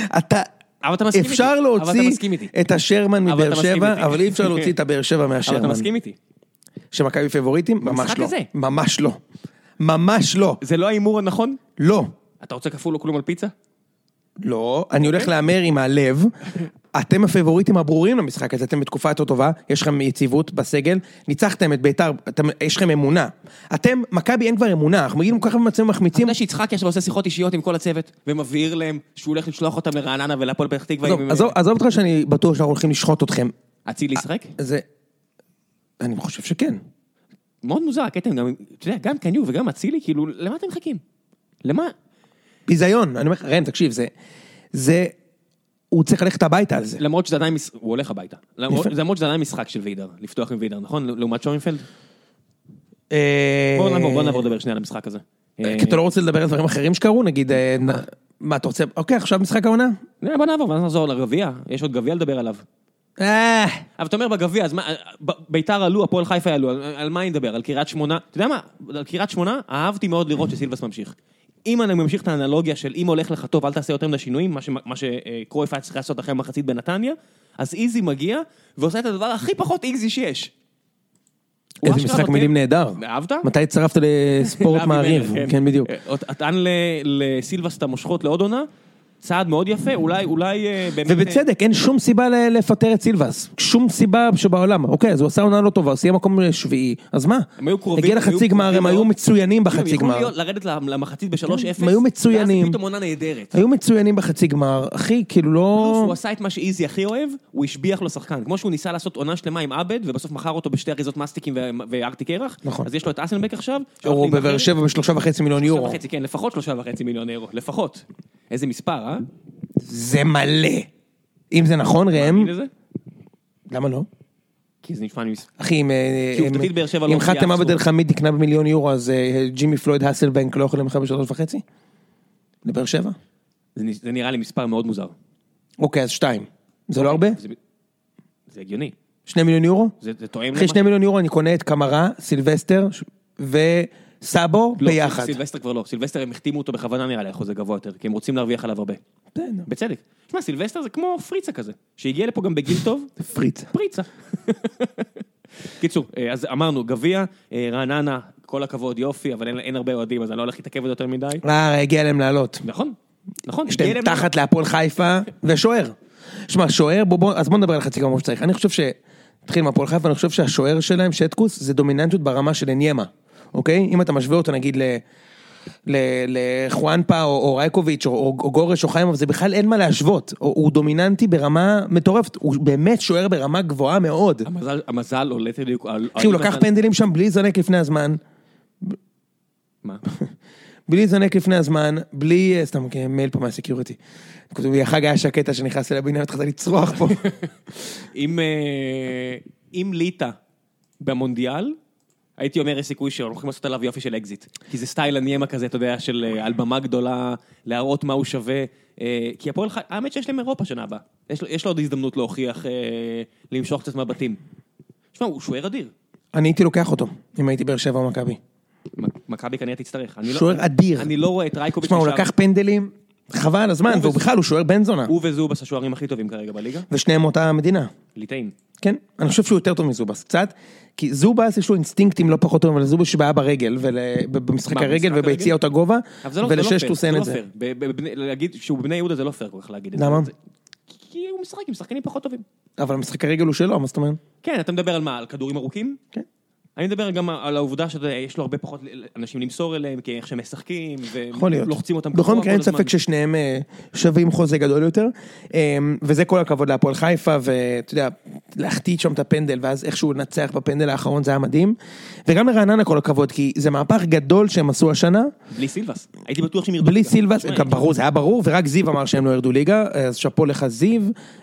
Speaker 1: אפשר להוציא את השרמן מבאר שבע, אבל אי אפשר להוציא את הבאר שבע מהשרמן.
Speaker 2: אבל אתה מסכים איתי.
Speaker 1: שמכבי פייבוריטים? ממש לא. ממש לא. ממש לא.
Speaker 2: זה לא האימור הנכון?
Speaker 1: לא.
Speaker 2: אתה רוצה כפול או כלום על פיצה?
Speaker 1: לא, אני הולך לאמר עם הלב, אתם הפייבוריטים הברורים למשחק הזה, אתם בתקופה יותר טובה, יש לכם יציבות בסגל, ניצחתם את ביתר, יש לכם אמונה. אתם, מכבי אין כבר אמונה, אנחנו מגיעים כל כך במצבים מחמיצים.
Speaker 2: אתה יודע שיצחק יש ועושה שיחות אישיות עם כל הצוות, ומבהיר להם שהוא הולך לשלוח אותם לרעננה ולהפועל פתח תקווה.
Speaker 1: עזוב אותך שאני בטוח שאנחנו הולכים לשחוט אתכם.
Speaker 2: אצילי ישחק?
Speaker 1: אני חושב שכן.
Speaker 2: מאוד מוזר, הקטע, גם קניו וגם אצילי, כאילו, למה אתם מחכים? למה?
Speaker 1: ביזיון, אני אומר, רן, תקשיב, זה, הוא צריך ללכת הביתה על זה.
Speaker 2: למרות שזה עדיין, הוא הולך הביתה. למרות שזה עדיין משחק של וידר, לפתוח עם וידר, נכון? לעומת שוינפלד? בוא נעבור לדבר שנייה על המשחק הזה.
Speaker 1: כי אתה לא רוצה לדבר על דברים אחרים שקרו, נגיד, מה אתה רוצה, אוקיי, עכשיו משחק העונה?
Speaker 2: בוא נעבור, ואז נחזור לגביע, יש עוד גביע לדבר עליו. אבל אתה אומר בגביע, אז ביתר עלו, הפועל חיפה עלו, על מה אני מדבר? על קריית שמונה? אתה יודע מה? על קריית שמונה, אהבתי מאוד לראות שסילבס ממשיך. אם אני ממשיך את האנלוגיה של אם הולך לך טוב, אל תעשה יותר מדי שינויים, מה שקרויף היה צריך לעשות אחרי המחצית בנתניה, אז איזי מגיע ועושה את הדבר הכי פחות איזי שיש.
Speaker 1: איזה משחק מילים נהדר.
Speaker 2: אהבת?
Speaker 1: מתי הצטרפת לספורט מעריב? כן, בדיוק.
Speaker 2: נתן לסילבס את המושכות לעוד עונה, צעד מאוד יפה, אולי באמת...
Speaker 1: ובצדק, אין שום סיבה לפטר את סילבס, שום סיבה שבעולם. אוקיי, אז הוא עשה עונה לא טובה, הוא סיים מקום שביעי, אז מה? הגיע לחצי גמר, הם היו מצוינים בחצי גמר.
Speaker 2: יכולו לרדת למחצית ב-3-0,
Speaker 1: הם היו מצוינים.
Speaker 2: ואז פתאום עונה נהדרת.
Speaker 1: היו מצוינים בחצי גמר, אחי, כאילו לא...
Speaker 2: הוא עשה את מה שאיזי הכי אוהב, הוא השביח לו שחקן. כמו שהוא ניסה לעשות עונה שלמה עם עבד, ובסוף מכר אותו בשתי אריזות מסטיקים וארטי קרח. אז יש לו את אסנבק עכשיו.
Speaker 1: הוא בבאר שבע ב3.5 מיליון יורו.
Speaker 2: כן, לפחות 3.5 מיליון אירו, לפחות. איזה מספר, אה?
Speaker 1: זה מלא. אם זה נכון, ראם... למה לא?
Speaker 2: כי זה נשמע...
Speaker 1: אחי, אם חתם עבד אל חמיד תקנה במיליון יורו, אז ג'ימי פלויד האסלבנק לא יכול למחר ב3.5? לבאר שבע?
Speaker 2: זה נראה לי מספר מאוד מוזר.
Speaker 1: אוקיי, אז 2. זה לא הרבה?
Speaker 2: זה הגיוני.
Speaker 1: 2 מיליון יורו?
Speaker 2: זה תואם...
Speaker 1: אחרי 2 מיליון יורו אני קונה את קמרה, סילבסטר וסאבו ביחד.
Speaker 2: סילבסטר כבר לא. סילבסטר הם החתימו אותו בכוונה נראה לי, אחוז גבוה יותר, כי הם רוצים להרוויח עליו הרבה. בצדק. תשמע, סילבסטר זה כמו פריצה כזה, שהגיע לפה גם בגיל טוב. פריצה. קיצור, אז אמרנו, גביע, רעננה, כל הכבוד, יופי, אבל אין הרבה אוהדים, אז אני לא הולך להתעכב יותר מדי.
Speaker 1: הגיע להם לעלות.
Speaker 2: נכון.
Speaker 1: יש להם תחת להפועל חיפה ושוער. שמע, שוער, אז בוא נדבר על חצי גמר שצריך. אני חושב תתחיל מהפועל חיפה, אני חושב שהשוער שלהם, שטקוס, זה דומיננטיות ברמה של אניימה. אוקיי? אם אתה משווה אותו, נגיד, לחואנפה או רייקוביץ' או גורש או חיימוב, זה בכלל אין מה להשוות. הוא דומיננטי ברמה מטורפת. הוא באמת שוער ברמה גבוהה מאוד.
Speaker 2: המזל עולה בדיוק...
Speaker 1: אחי, הוא לקח פנדלים שם בלי זנק לפני הזמן.
Speaker 2: מה?
Speaker 1: בלי זנק לפני הזמן, בלי... סתם, מייל פה מהסקיוריטי. החג היה שקטה שנכנס אליי בעניין, התחלת לצרוח פה.
Speaker 2: אם ליטה במונדיאל, הייתי אומר, יש סיכוי שהולכים לעשות עליו יופי של אקזיט. כי זה סטייל הניימה כזה, אתה יודע, של על במה גדולה, להראות מה הוא שווה. כי הפועל חיפה, האמת שיש להם אירופה שנה הבאה. יש לו עוד הזדמנות להוכיח, למשוך קצת מהבתים. תשמע, הוא שוער אדיר.
Speaker 1: אני הייתי לוקח אותו, אם הייתי באר שבע או מכבי.
Speaker 2: מכבי כנראה תצטרך.
Speaker 1: שוער אדיר.
Speaker 2: אני לא רואה את רייקוביץ'.
Speaker 1: תשמע, הוא לקח פנדלים, חבל על הזמן, והוא בכלל, הוא שוער בן זונה.
Speaker 2: הוא וזובס השוערים הכי טובים כרגע בליגה.
Speaker 1: ושניהם אותה מדינה.
Speaker 2: ליטאים.
Speaker 1: כן, אני חושב שהוא יותר טוב מזובס, קצת, כי זובס יש לו אינסטינקטים לא פחות טוב, אבל זובס שבעיה ברגל, ובמשחק הרגל וביציאות הגובה, ולששטוס אין את זה.
Speaker 2: להגיד שהוא בבני יהודה זה לא פייר כל כך להגיד את זה.
Speaker 1: למה?
Speaker 2: כי הוא משחק עם שחקנים פחות טובים.
Speaker 1: אבל המשחק הרגל הוא שלו, מה זאת אומרת?
Speaker 2: כן, אתה מדבר על מה? על כדורים ארוכים?
Speaker 1: כן.
Speaker 2: אני מדבר גם על העובדה שיש לו הרבה פחות אנשים למסור אליהם, כי איך שהם משחקים, ולוחצים אותם
Speaker 1: בכל מקרה אין ספק ששניהם שווים חוזה גדול יותר, וזה כל הכבוד להפועל חיפה, ואתה יודע, להחטיא שם את הפנדל, ואז איכשהו נצח בפנדל האחרון, זה היה מדהים, וגם לרעננה כל הכבוד, כי זה מהפך גדול שהם עשו השנה.
Speaker 2: בלי סילבס. הייתי בטוח שהם ירדו.
Speaker 1: בלי סילבס, ברור, זה היה ברור, ורק זיו אמר שהם לא ירדו ליגה, אז שפו לך זיו,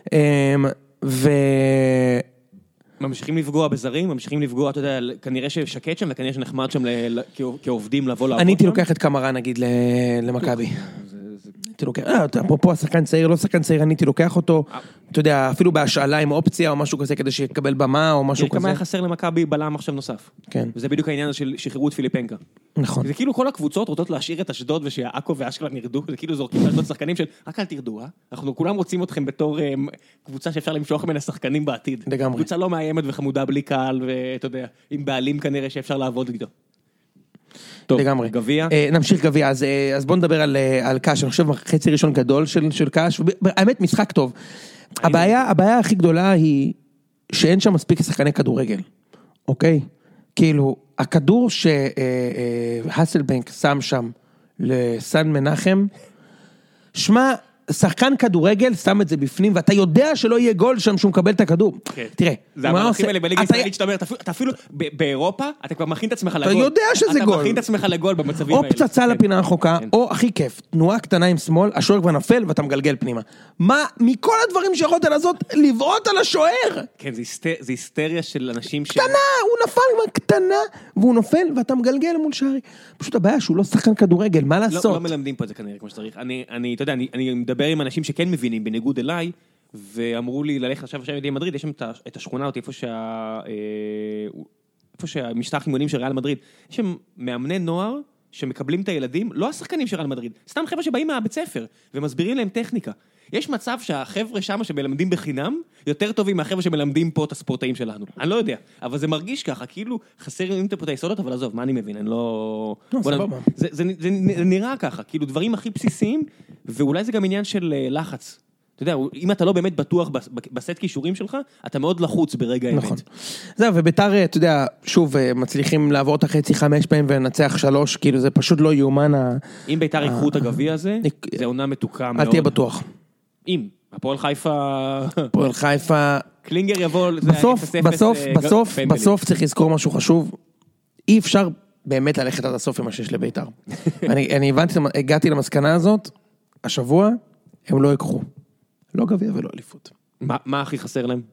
Speaker 2: ממשיכים לפגוע בזרים, ממשיכים לפגוע, אתה יודע, כנראה ששקט שם, וכנראה שנחמד שם כעובדים לבוא לעבוד שם.
Speaker 1: אני הייתי לוקח את קמרה, נגיד, למכבי. הייתי לוקח, אפרופו השחקן צעיר, לא שחקן צעיר, אני הייתי לוקח אותו, אתה יודע, אפילו בהשאלה עם אופציה או משהו כזה, כדי שיקבל במה או משהו כזה.
Speaker 2: כמה היה חסר למכבי בלם עכשיו נוסף.
Speaker 1: כן.
Speaker 2: וזה בדיוק העניין של שחררו את פיליפנקה.
Speaker 1: נכון.
Speaker 2: זה כאילו כל הקבוצות רוצות להשאיר את אשדוד ושהעכו ואשקלון ירדו, זה כאילו זורקים לאשדוד שחקנים של, רק אל תרדו, אנחנו כולם רוצים אתכם בתור קבוצה שאפשר למשוך מן השחקנים בעתיד.
Speaker 1: לגמרי.
Speaker 2: קבוצה לא מאיימת וחמודה בלי קהל, ואתה יודע, עם בעלים כנראה שאפשר לעבוד איתו. טוב,
Speaker 1: לגמרי.
Speaker 2: גביע.
Speaker 1: נמשיך גביע, אז בוא נדבר על קאש, אני חושב חצי ראשון גדול של קאש, האמת משחק טוב. הבעיה הכי גדולה היא שאין שם מספיק שחקני כדורגל, אוקיי? כאילו, הכדור שהסלבנק שם שם לסן מנחם, שמה, שחקן כדורגל שם את זה בפנים, ואתה יודע שלא יהיה גול שם שהוא מקבל את הכדור. תראה.
Speaker 2: זה המערכים האלה בליגה הישראלית שאתה אומר, אתה אפילו באירופה, אתה כבר מכין את עצמך לגול.
Speaker 1: אתה יודע שזה גול.
Speaker 2: אתה מכין את עצמך לגול במצבים האלה.
Speaker 1: או פצצה לפינה הרחוקה, או הכי כיף, תנועה קטנה עם שמאל, השוער כבר נפל ואתה מגלגל פנימה. מה, מכל הדברים שיכולת לעשות, לבעוט על השוער?
Speaker 2: כן, זה היסטריה של אנשים
Speaker 1: קטנה, הוא נפל כבר קטנה, והוא נופל ואתה מגלגל מול שערי. פשוט הבעיה שהוא לא שחקן כדורגל, מה לעשות?
Speaker 2: לא מלמדים פה את זה כנראה כמו שצריך. אתה יודע, אני מדבר עם אנשים שכן מבינים, בניגוד אליי, ואמרו לי ללכת עכשיו מדריד, יש שם את השכונה אותי, איפה שהמשטח אימונים של ריאל מדריד, יש שם מאמני נוער שמקבלים את הילדים, לא השחקנים של ריאל מדריד, סתם חבר'ה שבאים מהבית ספר, ומסבירים להם טכניקה. יש מצב שהחבר'ה שם שמלמדים בחינם, יותר טובים מהחבר'ה שמלמדים פה את הספורטאים שלנו. אני לא יודע, אבל זה מרגיש ככה, כאילו חסרים פה את היסודות, אבל עזוב, מה אני מבין? אני לא... זה נראה ככה, כאילו דברים הכי בסיסיים, ואולי זה גם עניין של לחץ. אתה יודע, אם אתה לא באמת בטוח בסט קישורים שלך, אתה מאוד לחוץ ברגע האמת. נכון.
Speaker 1: זהו, וביתר, אתה יודע, שוב, מצליחים לעבור את החצי 5 פעמים ולנצח 3, כאילו זה פשוט לא יאומן.
Speaker 2: אם ביתר ייקחו את הגביע הזה, זה עונה מתוקה מאוד.
Speaker 1: אל תהיה בטוח.
Speaker 2: אם, הפועל
Speaker 1: חיפה...
Speaker 2: קלינגר יבוא...
Speaker 1: בסוף צריך לזכור משהו חשוב. אי אפשר באמת ללכת עד הסוף עם השש לביתר. אני הגעתי למסקנה הזאת, השבוע, הם לא יקחו. לא גביע ולא אליפות.
Speaker 2: מה הכי חסר להם?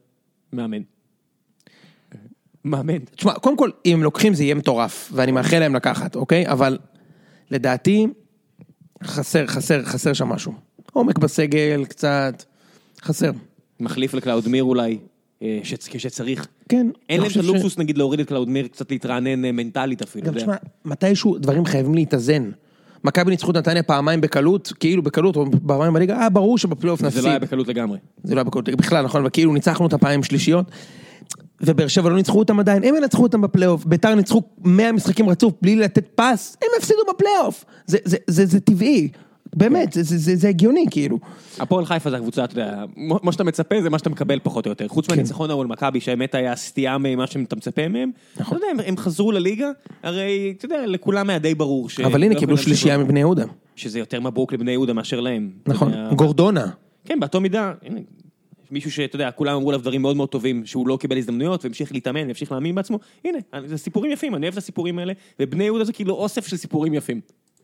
Speaker 2: מאמן.
Speaker 1: תשמע, קודם כל, אם לוקחים זה יהיה מטורף, ואני מאחל להם לקחת, אוקיי? אבל לדעתי, חסר שם משהו. עומק בסגל, קצת, חסר.
Speaker 2: מחליף לקלאודמיר אולי, כשצריך.
Speaker 1: כן.
Speaker 2: אין להם את הלוקסוס, נגיד, להוריד את קלאודמיר, קצת להתרענן מנטלית אפילו.
Speaker 1: גם תשמע, מתישהו דברים חייבים להתאזן. מכבי ניצחו את נתניה פעמיים בקלות, כאילו בקלות, או פעמיים בליגה, ברור שבפלייאוף נפסיד.
Speaker 2: זה לא היה בקלות לגמרי.
Speaker 1: זה לא היה בקלות, בכלל, נכון, וכאילו ניצחנו את הפעמים שלישיות, ובאר שבע לא ניצחו אותם עדיין, הם ינצחו אותם בפלייאוף, ביתר ניצחו 100 משחקים רצוף, בלי לתת פס, הם הפסידו בפלייאוף. זה טבעי, באמת, זה הגיוני, כאילו.
Speaker 2: הפועל חיפה זה הקבוצה, אתה יודע, מה שאתה מצפה זה מה שאתה מקבל פחות או יותר. חוץ מהניצחון ההוא למכבי, שהאמת היה סטייה ממה שאתה מצפה מהם. אתה יודע, הם חזרו לליגה, הרי, אתה יודע, לכולם היה די ברור
Speaker 1: אבל הנה, קיבלו שלישייה מבני יהודה.
Speaker 2: שזה יותר מבוק לבני יהודה מאשר להם.
Speaker 1: נכון, גורדונה.
Speaker 2: כן, באותו מידה, מישהו שאתה יודע, כולם אמרו עליו דברים מאוד מאוד טובים, שהוא לא קיבל הזדמנויות, והמשיך להתאמן, והמשיך להאמין בעצמו. הנה, זה סיפורים יפים, אני אוהב את הסיפורים האלה, ובני יהודה זה כאילו אוסף של סיפורים יפים.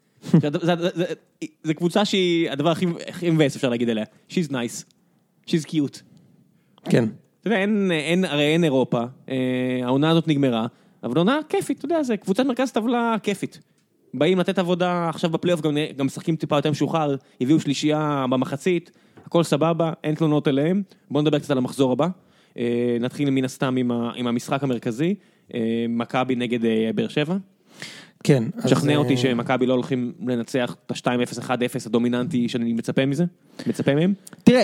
Speaker 2: זה קבוצה שהיא הדבר הכי מבאס אפשר להגיד עליה. She's nice. She's cute.
Speaker 1: כן.
Speaker 2: אתה יודע, הרי אין אירופה, העונה הזאת נגמרה, אבל עונה כיפית, אתה יודע, זה קבוצת מרכז טבלה כיפית. באים לתת עבודה, עכשיו בפלייאוף גם משחקים טיפה יותר משוחרר, הביאו שלישייה במחצית, הכל סבבה, אין תלונות אליהם. בואו נדבר קצת על המחזור הבא. נתחיל מן הסתם עם המשחק המרכזי, מכבי נגד באר שבע.
Speaker 1: כן.
Speaker 2: שכנע אותי שמכבי לא הולכים לנצח את ה-2-0, 1-0 הדומיננטי שאני מצפה מהם.
Speaker 1: תראה,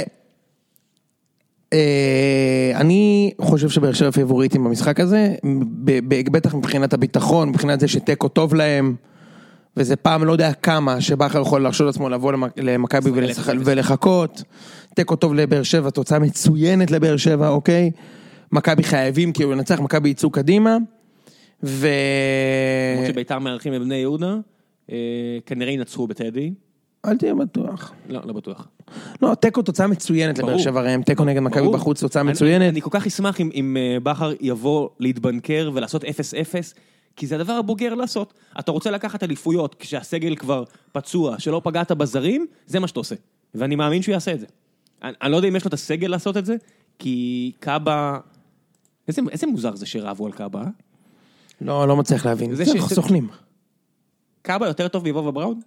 Speaker 1: אני חושב שבאר שבע פייבוריטים במשחק הזה, בטח מבחינת הביטחון, מבחינת זה שטקו טוב להם, וזה פעם לא יודע כמה שבכר יכול להרשות עצמו לבוא למכבי ולחכות. טקו טוב לבאר שבע, תוצאה מצוינת לבאר שבע, אוקיי? מכבי חייבים כאילו לנצח, מכבי יצאו קדימה.
Speaker 2: כמו שביתר מארחים בבני יהודה, כנראה ינצחו בטדי.
Speaker 1: אל תהיה בטוח.
Speaker 2: לא בטוח.
Speaker 1: לא, טקו תוצאה מצוינת לבאר שבע, ראם, טקו נגד מכבי בחוץ, תוצאה מצוינת.
Speaker 2: אני כל כך אשמח אם בכר יבוא להתבנקר ולעשות 0-0, כי זה הדבר הבוגר לעשות. אתה רוצה לקחת אליפויות, כשהסגל כבר פצוע, שלא פגעת בזרים, זה מה שאתה עושה. ואני מאמין שהוא יעשה את זה. אני לא יודע אם יש לו את הסגל לעשות את זה, כי קאבה... איזה מוזר זה שרבו על קאבה?
Speaker 1: לא מצליח להבין. זה סוכנים.
Speaker 2: קאבה יותר טוב מוובה בראון?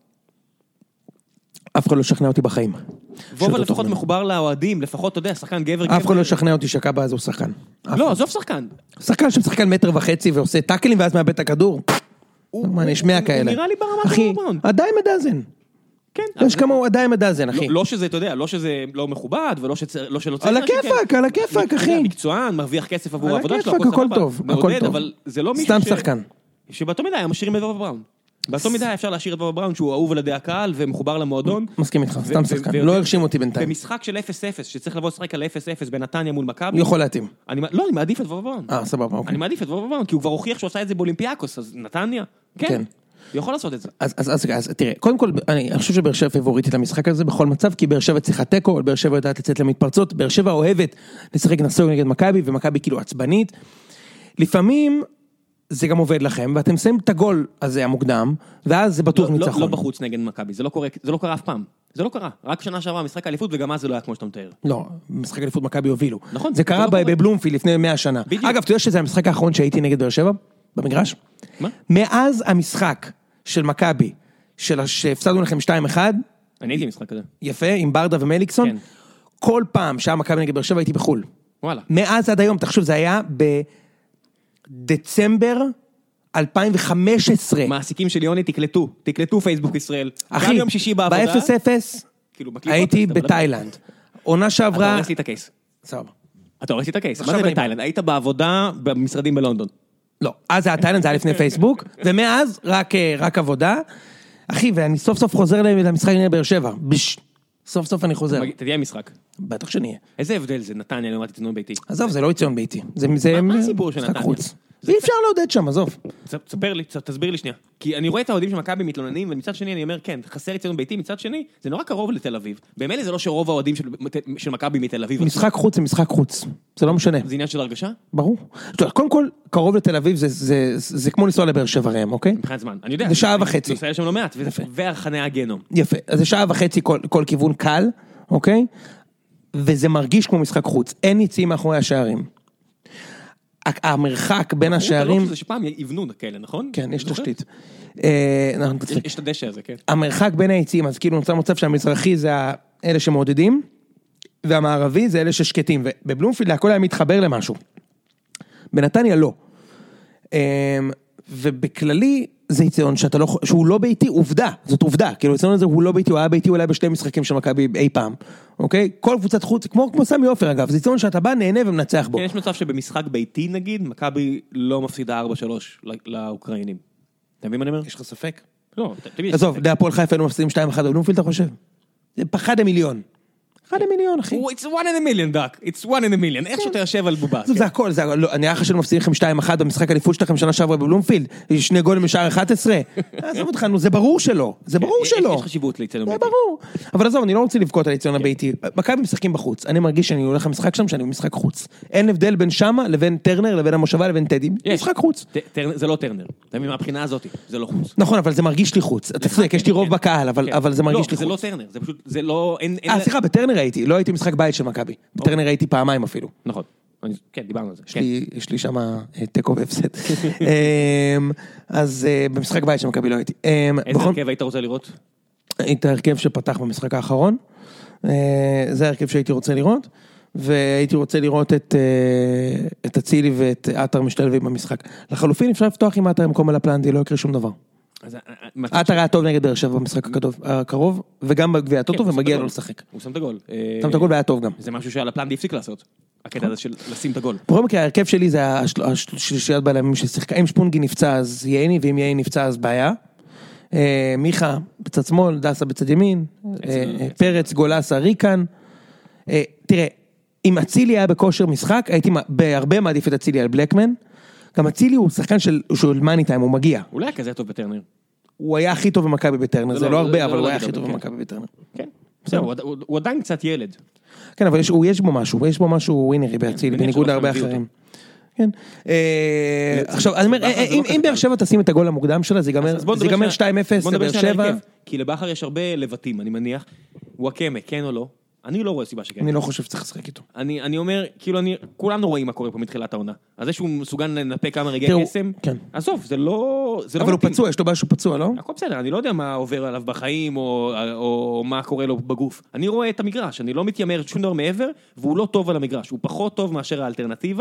Speaker 1: אף אחד לא שכנע אותי בחיים.
Speaker 2: וובה לפחות מחובר לאוהדים, לפחות, אתה יודע, שחקן גבר.
Speaker 1: אף אחד לא שכנע אותי שקאבה הזה הוא שחקן.
Speaker 2: לא, עזוב שחקן.
Speaker 1: שחקן שמשחקן 1.5 מטר ועושה טאקלים ואז מאבד את הכדור. יש 100 כאלה.
Speaker 2: הוא נראה לי ברמת
Speaker 1: אחי, עדיין מדזן.
Speaker 2: כן.
Speaker 1: יש כמה הוא עדיין מדזן, אחי.
Speaker 2: לא שזה, אתה יודע, לא שזה לא מכובד, ולא שלא צריך...
Speaker 1: על הכיפק, אחי.
Speaker 2: מקצוען, מרוויח כסף עבור העבודה שלו,
Speaker 1: הכל טוב, הכל טוב.
Speaker 2: אבל זה לא מישהו
Speaker 1: סתם שחקן.
Speaker 2: שבאותו מידה היה משאירים את וובה בראון. באותו מידה אפשר להשאיר את וובה בראון, שהוא אהוב על ידי הקהל ומחובר למועדון. מסכים
Speaker 1: איתך, סתם שחקן. לא הרשים אותי בינתיים.
Speaker 2: במשחק של 0-0, שצריך לבוא לשחק על 0-0 בנתניה מול מכבי.
Speaker 1: יכול להתאים.
Speaker 2: לא, אני מעדיף את וובה בראון.
Speaker 1: סבבה, אוקיי.
Speaker 2: אני מעדיף את וובה בראון, כי הוא כבר הוכיח שהוא עשה את זה באולימפיאקוס, אז נתניה, כן. הוא יכול לעשות את זה.
Speaker 1: אז תראה, קודם כל, אני חושב שבאר שבע פייבוריטית למשחק הזה בכל מצב, כי באר שבע צריכה טקו, אבל באר שבע יודעת לצאת למתפרצות, באר שבע אוהבת לשחק נסוג נגד מכבי, ומכבי כאילו עצבנית. לפעמים זה גם עובד לכם, ואתם שמים את הגול הזה המוקדם, ואז זה בטוח ניצחון.
Speaker 2: לא בחוץ נגד מכבי, זה לא קרה אף פעם. זה לא קרה, רק שנה שעברה משחק האליפות, וגם אז זה לא היה כמו שאתה מתאר.
Speaker 1: לא, משחק האליפות מכבי הובילו.
Speaker 2: נכון.
Speaker 1: זה קרה בבלומפילד לפני 100 שנה. אגב, אתה יודע שזה המשחק האחרון שהייתי נגד באר שבע במגרש?
Speaker 2: מה?
Speaker 1: מאז המשחק של מכבי, שהפסדנו לכם 2-1.
Speaker 2: אני הייתי במשחק הזה.
Speaker 1: יפה, עם ברדה ומליקסון.
Speaker 2: כן.
Speaker 1: כל פעם שהיה מכבי נגד באר שבע הייתי בחול.
Speaker 2: וואלה.
Speaker 1: מאז עד היום, תחשוב, זה היה בדצמבר 2015.
Speaker 2: מעסיקים של יוני תקלטו פייסבוק ישראל.
Speaker 1: אחי,
Speaker 2: גם יום שישי בעבודה.
Speaker 1: ב-0-0 הייתי בתאילנד. עונה שעברה...
Speaker 2: אתה הורס לי את הקייס.
Speaker 1: סבבה.
Speaker 2: אתה הורס לי את הקייס. מה זה בתאילנד? היית בעבודה במשרדים בלונדון.
Speaker 1: לא, אז זה התאילנד, זה היה לפני פייסבוק, ומאז רק עבודה. אחי, ואני סוף סוף חוזר למשחק נגד באר שבע. סוף סוף אני חוזר.
Speaker 2: תהיה משחק.
Speaker 1: בטח שנהיה.
Speaker 2: איזה הבדל זה נתניה לעומת ציון ביתי?
Speaker 1: עזוב, זה לא ציון ביתי.
Speaker 2: מה הסיפור של נתניה?
Speaker 1: אי אפשר לעודד שם, עזוב.
Speaker 2: תסביר לי שנייה. כי אני רואה את האוהדים של מכבי מתלוננים, ומצד שני אני אומר, כן, חסר לי ציון ביתי, מצד שני, זה נורא קרוב לתל אביב. במילא זה לא שרוב האוהדים של מכבי מתל אביב.
Speaker 1: משחק חוץ זה משחק חוץ. זה לא משנה.
Speaker 2: זה עניין של הרגשה?
Speaker 1: ברור. קודם כל, קרוב לתל אביב זה כמו לנסוע לבאר שבע ראם, אוקיי?
Speaker 2: מבחינת זמן. אני יודע.
Speaker 1: זה שעה וחצי.
Speaker 2: נוסע לשם לא מעט, והחניה הגנום.
Speaker 1: יפה. אז זה שעה וחצי כל כיוון קל, אוקיי? וזה מרגיש כמו משחק חוץ. אין יציאים מאחורי השערים. המרחק בין השערים...
Speaker 2: זה שפעם יבנו כאלה, נכון?
Speaker 1: כן, יש תשתית.
Speaker 2: יש את הדשא הזה, כן.
Speaker 1: המרחק בין היציאים, אז כאילו נוצר מצב שהמזרחי זה אלה שמעודדים, והמערבי זה אלה ששקטים, ובבלומפילד הכל היה מתחבר למשהו. בנתניה לא. ובכללי זה יציון שהוא לא ביתי, עובדה, זאת עובדה, כאילו יציון הזה הוא לא ביתי, הוא היה ביתי אולי בשתי משחקים של מכבי אי פעם, אוקיי? כל קבוצת חוץ, כמו סמי עופר אגב, זה יציון שאתה בא, נהנה ומנצח בו.
Speaker 2: כן, יש מצב שבמשחק ביתי נגיד, מכבי לא מפסידה 4-3 לאוקראינים. אתה מבין מה אני אומר?
Speaker 1: יש לך ספק?
Speaker 2: לא,
Speaker 1: עזוב, הפועל חיפה היינו מפסידים 2-1 בבלומפילד, אתה חושב? זה פחד המיליון. 1 מיליון, אחי.
Speaker 2: It's 1 in a million, דק. It's 1 in a million. איך שאתה יושב על בובה.
Speaker 1: זה הכל, אני היה חשוב מפסידים לכם 2-1 במשחק אליפות שלכם שנה שעברה בבלומפילד, 2 גולים בשער 11. עזוב אותך, זה ברור שלא. זה ברור שלא.
Speaker 2: יש חשיבות ליציון הביתי.
Speaker 1: זה ברור. אבל עזוב, אני לא רוצה לבכות על יציון הביתי. מכבי משחקים בחוץ. אני מרגיש שאני הולך למשחק שם, שאני במשחק חוץ. אין הבדל בין שמה לבין טרנר, לבין המושבה, לבין טדי. משחק חוץ.
Speaker 2: זה לא טרנר. אתה מבין, מהבחינה הזאת, זה לא חוץ.
Speaker 1: נכון, אבל זה מרגיש לי חוץ. אתה צודק, יש לי רוב בקהל, אבל זה מרגיש לי חוץ.
Speaker 2: זה לא טרנר, זה פשוט, זה לא,
Speaker 1: סליחה, בטרנר הייתי, לא הייתי משחק בית של מכבי. בטרנר הייתי פעמיים אפילו.
Speaker 2: נכון. כן, דיברנו על זה.
Speaker 1: יש לי שם תיקו והפסד. אז במשחק בית שמכבי לא הייתי.
Speaker 2: איזה הרכב היית רוצה לראות?
Speaker 1: היית הרכב שפתח במשחק האחרון. זה הרכב שהייתי רוצה לראות. והייתי רוצה לראות את אצילי ואת עטר משתלבים במשחק. לחלופין אפשר לפתוח עם עטר במקום על הפלנטי, לא יקרה שום דבר. עטר היה טוב נגד באר שבע במשחק הקרוב, וגם בגביע הטוטו, ומגיע לו לשחק.
Speaker 2: הוא שם את הגול.
Speaker 1: שם את הגול והיה טוב גם.
Speaker 2: זה משהו שעל הפלנטי הפסיק לעשות. הקטע הזה של לשים את הגול.
Speaker 1: בכל מקרה, ההרכב שלי זה השלישיית בלמים ששיחקה. אם שפונגי נפצע אז ייני, ואם ייני נפצע אז בעיה. מיכה בצד שמאל, דסה בצד ימין, פרץ, גולסה, ריקן. תראה, אם אצילי היה בכושר משחק, הייתי בהרבה מעדיף את אצילי על בלקמן. גם אצילי הוא שחקן של מאני טיים, הוא מגיע.
Speaker 2: הוא לא היה כזה טוב בטרנר.
Speaker 1: הוא היה הכי טוב במכבי בטרנר, זה לא הרבה, אבל הוא היה הכי טוב במכבי בטרנר.
Speaker 2: כן, הוא עדיין קצת ילד.
Speaker 1: כן, אבל יש בו משהו, ווינרי באצילי, בניגוד להרבה אחרים. כן. עכשיו, אם באר שבע תשים את הגול המוקדם שלה, זה ייגמר 2-0 לבאר שבע.
Speaker 2: כי לבחר יש הרבה לבטים, אני מניח. וואקמה, כן או לא? אני לא רואה סיבה שכן.
Speaker 1: אני לא חושב שצריך לשחק איתו.
Speaker 2: אני אומר, כאילו, כולנו רואים מה קורה פה מתחילת העונה. אז זה שהוא מסוגל לנפק כמה רגעי קסם, עזוב, זה לא...
Speaker 1: אבל הוא פצוע, יש לו בעיה שהוא פצוע, לא?
Speaker 2: הכל בסדר, אני לא יודע מה עובר עליו בחיים, או מה קורה לו בגוף. אני רואה את המגרש, אני לא מתיימר שום דבר מעבר, והוא לא טוב על המגרש. הוא פחות טוב מאשר האלטרנטיבה,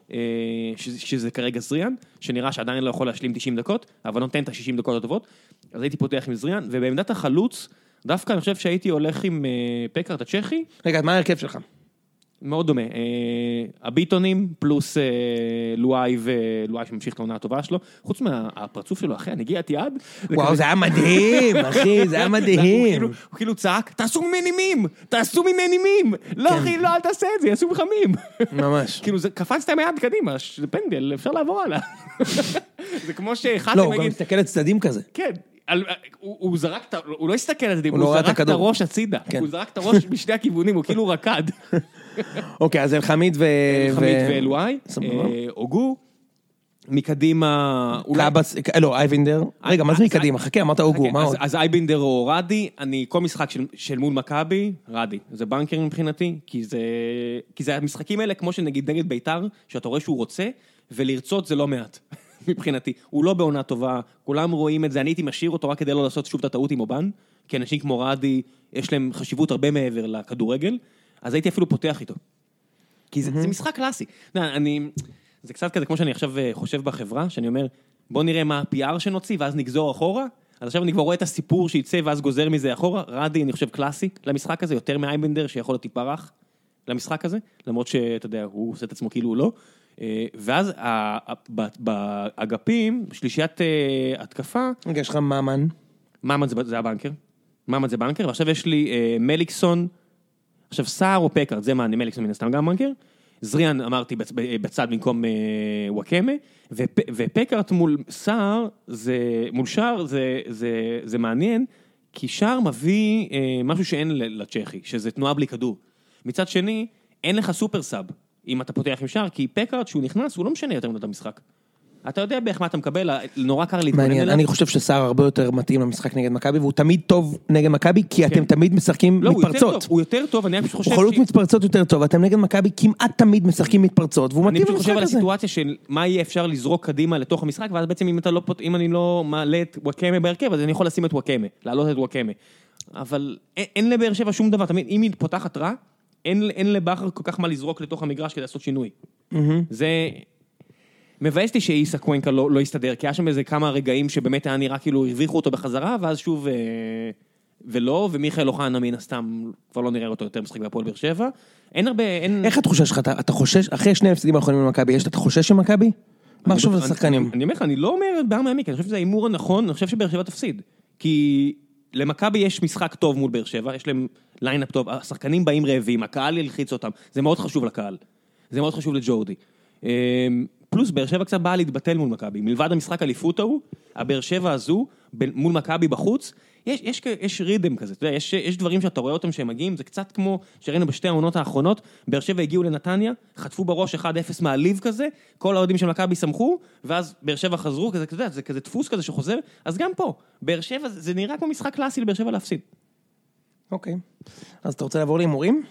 Speaker 2: שזה כרגע זריאן, שנראה שעדיין לא יכול להשלים 90 דקות, אבל נותן את ה-60 דקות הטובות. אז הייתי פותח עם זריאן, ובעמדת החלוץ, דווקא אני חושב שהייתי הולך עם פקארט הצ'כי.
Speaker 1: רגע, מה ההרכב שלך?
Speaker 2: מאוד דומה. הביטונים פלוס לואי שממשיך את העונה הטובה שלו. חוץ מהפרצוף שלו אחרי, הנגיעת יד.
Speaker 1: וואו, זה היה מדהים, אחי, זה היה מדהים.
Speaker 2: הוא כאילו צעק, תעשו ממני מים! תעשו ממני מים! לא אחי, לא, אל תעשה את זה, יעשו ממך מים.
Speaker 1: ממש.
Speaker 2: כאילו, קפצתם היד קדימה, זה פנדל, אפשר לעבור עליו. זה כמו שאחד...
Speaker 1: לא, הוא גם מסתכל את צדדים כזה.
Speaker 2: כן. הוא זרק, הוא לא הסתכל על זה, הוא זרק את הראש הצידה, הוא זרק את הראש בשני הכיוונים, הוא כאילו רקד.
Speaker 1: אוקיי, אז אלחמיד
Speaker 2: ואלואי, אוגו, מקדימה...
Speaker 1: קאבס, לא, אייבינדר. רגע, מה זה מקדימה? חכה, אמרת אוגו, מה עוד?
Speaker 2: אז אייבינדר או רדי, כל משחק של מול מכבי, רדי, זה בנקר מבחינתי, כי זה המשחקים האלה, כמו שנגיד נגד ביתר, שאתה רואה שהוא רוצה, ולרצות זה לא מעט. מבחינתי, הוא לא בעונה טובה, כולם רואים את זה, אני הייתי משאיר אותו רק כדי לא לעשות שוב את הטעות עם אובן, כי אנשים כמו רדי, יש להם חשיבות הרבה מעבר לכדורגל, אז הייתי אפילו פותח איתו. כי זה משחק קלאסי. זה קצת כזה, כמו שאני עכשיו חושב בחברה, שאני אומר, בוא נראה מה ה-PR שנוציא, ואז נגזור אחורה, אז עכשיו אני כבר רואה את הסיפור שיצא, ואז גוזר מזה אחורה, רדי, אני חושב קלאסי למשחק הזה, יותר מאייבנדר, שיכול להיות טיפה רך למשחק הזה, למרות שאתה יודע, הוא עושה את עצמו כאילו הוא לא, ואז באגפים, שלישיית התקפה...
Speaker 1: רגע, יש לך מאמן.
Speaker 2: מאמן זה הבנקר. מאמן זה בנקר, ועכשיו יש לי מליקסון, עכשיו סער או פקארט, זה מה, אני מליקסון מן הסתם גם בנקר, זריאן אמרתי בצד במקום וואקמה, ופקארט מול סער, מול שער זה מעניין, כי שער מביא משהו שאין לצ'כי, שזה תנועה בלי כדור. מצד שני, אין לך סופר סאב. אם אתה פותח עם שער, כי פקארט שהוא נכנס, הוא לא משנה יותר מנות המשחק. אתה יודע באיך מה אתה מקבל, נורא קר להתכונן אליו.
Speaker 1: אני חושב שסער הרבה יותר מתאים למשחק נגד מכבי, והוא תמיד טוב נגד מכבי, כי אתם תמיד משחקים מתפרצות.
Speaker 2: הוא יותר טוב, אני חושב...
Speaker 1: הוא חלוץ מתפרצות יותר טוב, אתם נגד מכבי כמעט תמיד משחקים מתפרצות, והוא מתאים למשחק הזה.
Speaker 2: אני חושב על הסיטואציה של מה יהיה אפשר לזרוק קדימה לתוך המשחק, ואז בעצם אם אני לא מעלה את וואקמה בהרכב, אז אני יכול לשים את וואקמה, להעלות את וואקמה. אבל אין לבאר שבע שום דבר, תמיד, אם היא פותחת רע, אין לבחר כל כך מה לזרוק לתוך המגרש כדי לעשות שינוי. זה מבאסתי שאיסה קוונקה לא יסתדר, כי היה שם איזה כמה רגעים שבאמת היה נראה כאילו הרוויחו אותו בחזרה, ואז שוב ולא, ומיכאל אוחנה מן הסתם כבר לא נראה אותו יותר משחק בהפועל באר שבע. אין הרבה,
Speaker 1: איך התחושה שלך? אתה חושש, אחרי שני הפסדים האחרונים במכבי, אתה חושש שמכבי? מה חשוב לשחקנים?
Speaker 2: אני אומר לך, אני לא אומר בער מעמיק, אני חושב שזה האימור הנכון, אני חושב שבאר שבע תפסיד. כי למכבי יש משחק טוב מול באר שבע, יש להם ליינאפ טוב, השחקנים באים רעבים, הקהל ילחיץ אותם, זה מאוד חשוב לקהל, זה מאוד חשוב לג'ורדי. פלוס באר שבע קצת באה להתבטל מול מכבי, מלבד המשחק אליפות ההוא, הבאר שבע הזו, מול מכבי בחוץ, יש רידם כזה, אתה יודע, יש דברים שאתה רואה אותם שהם מגיעים, זה קצת כמו שראינו בשתי העונות האחרונות, באר שבע הגיעו לנתניה, חטפו בראש 1-0 מעליב כזה, כל האוהדים של מכבי שמחו, ואז באר שבע חזרו, כזה, אתה יודע, זה כזה דפוס כזה שחוזר, אז גם פה, באר שבע, זה נראה כמו משחק קלאסי לבאר שבע להפסיד.
Speaker 1: אוקיי, אז אתה רוצה לעבור להימורים?
Speaker 2: כן.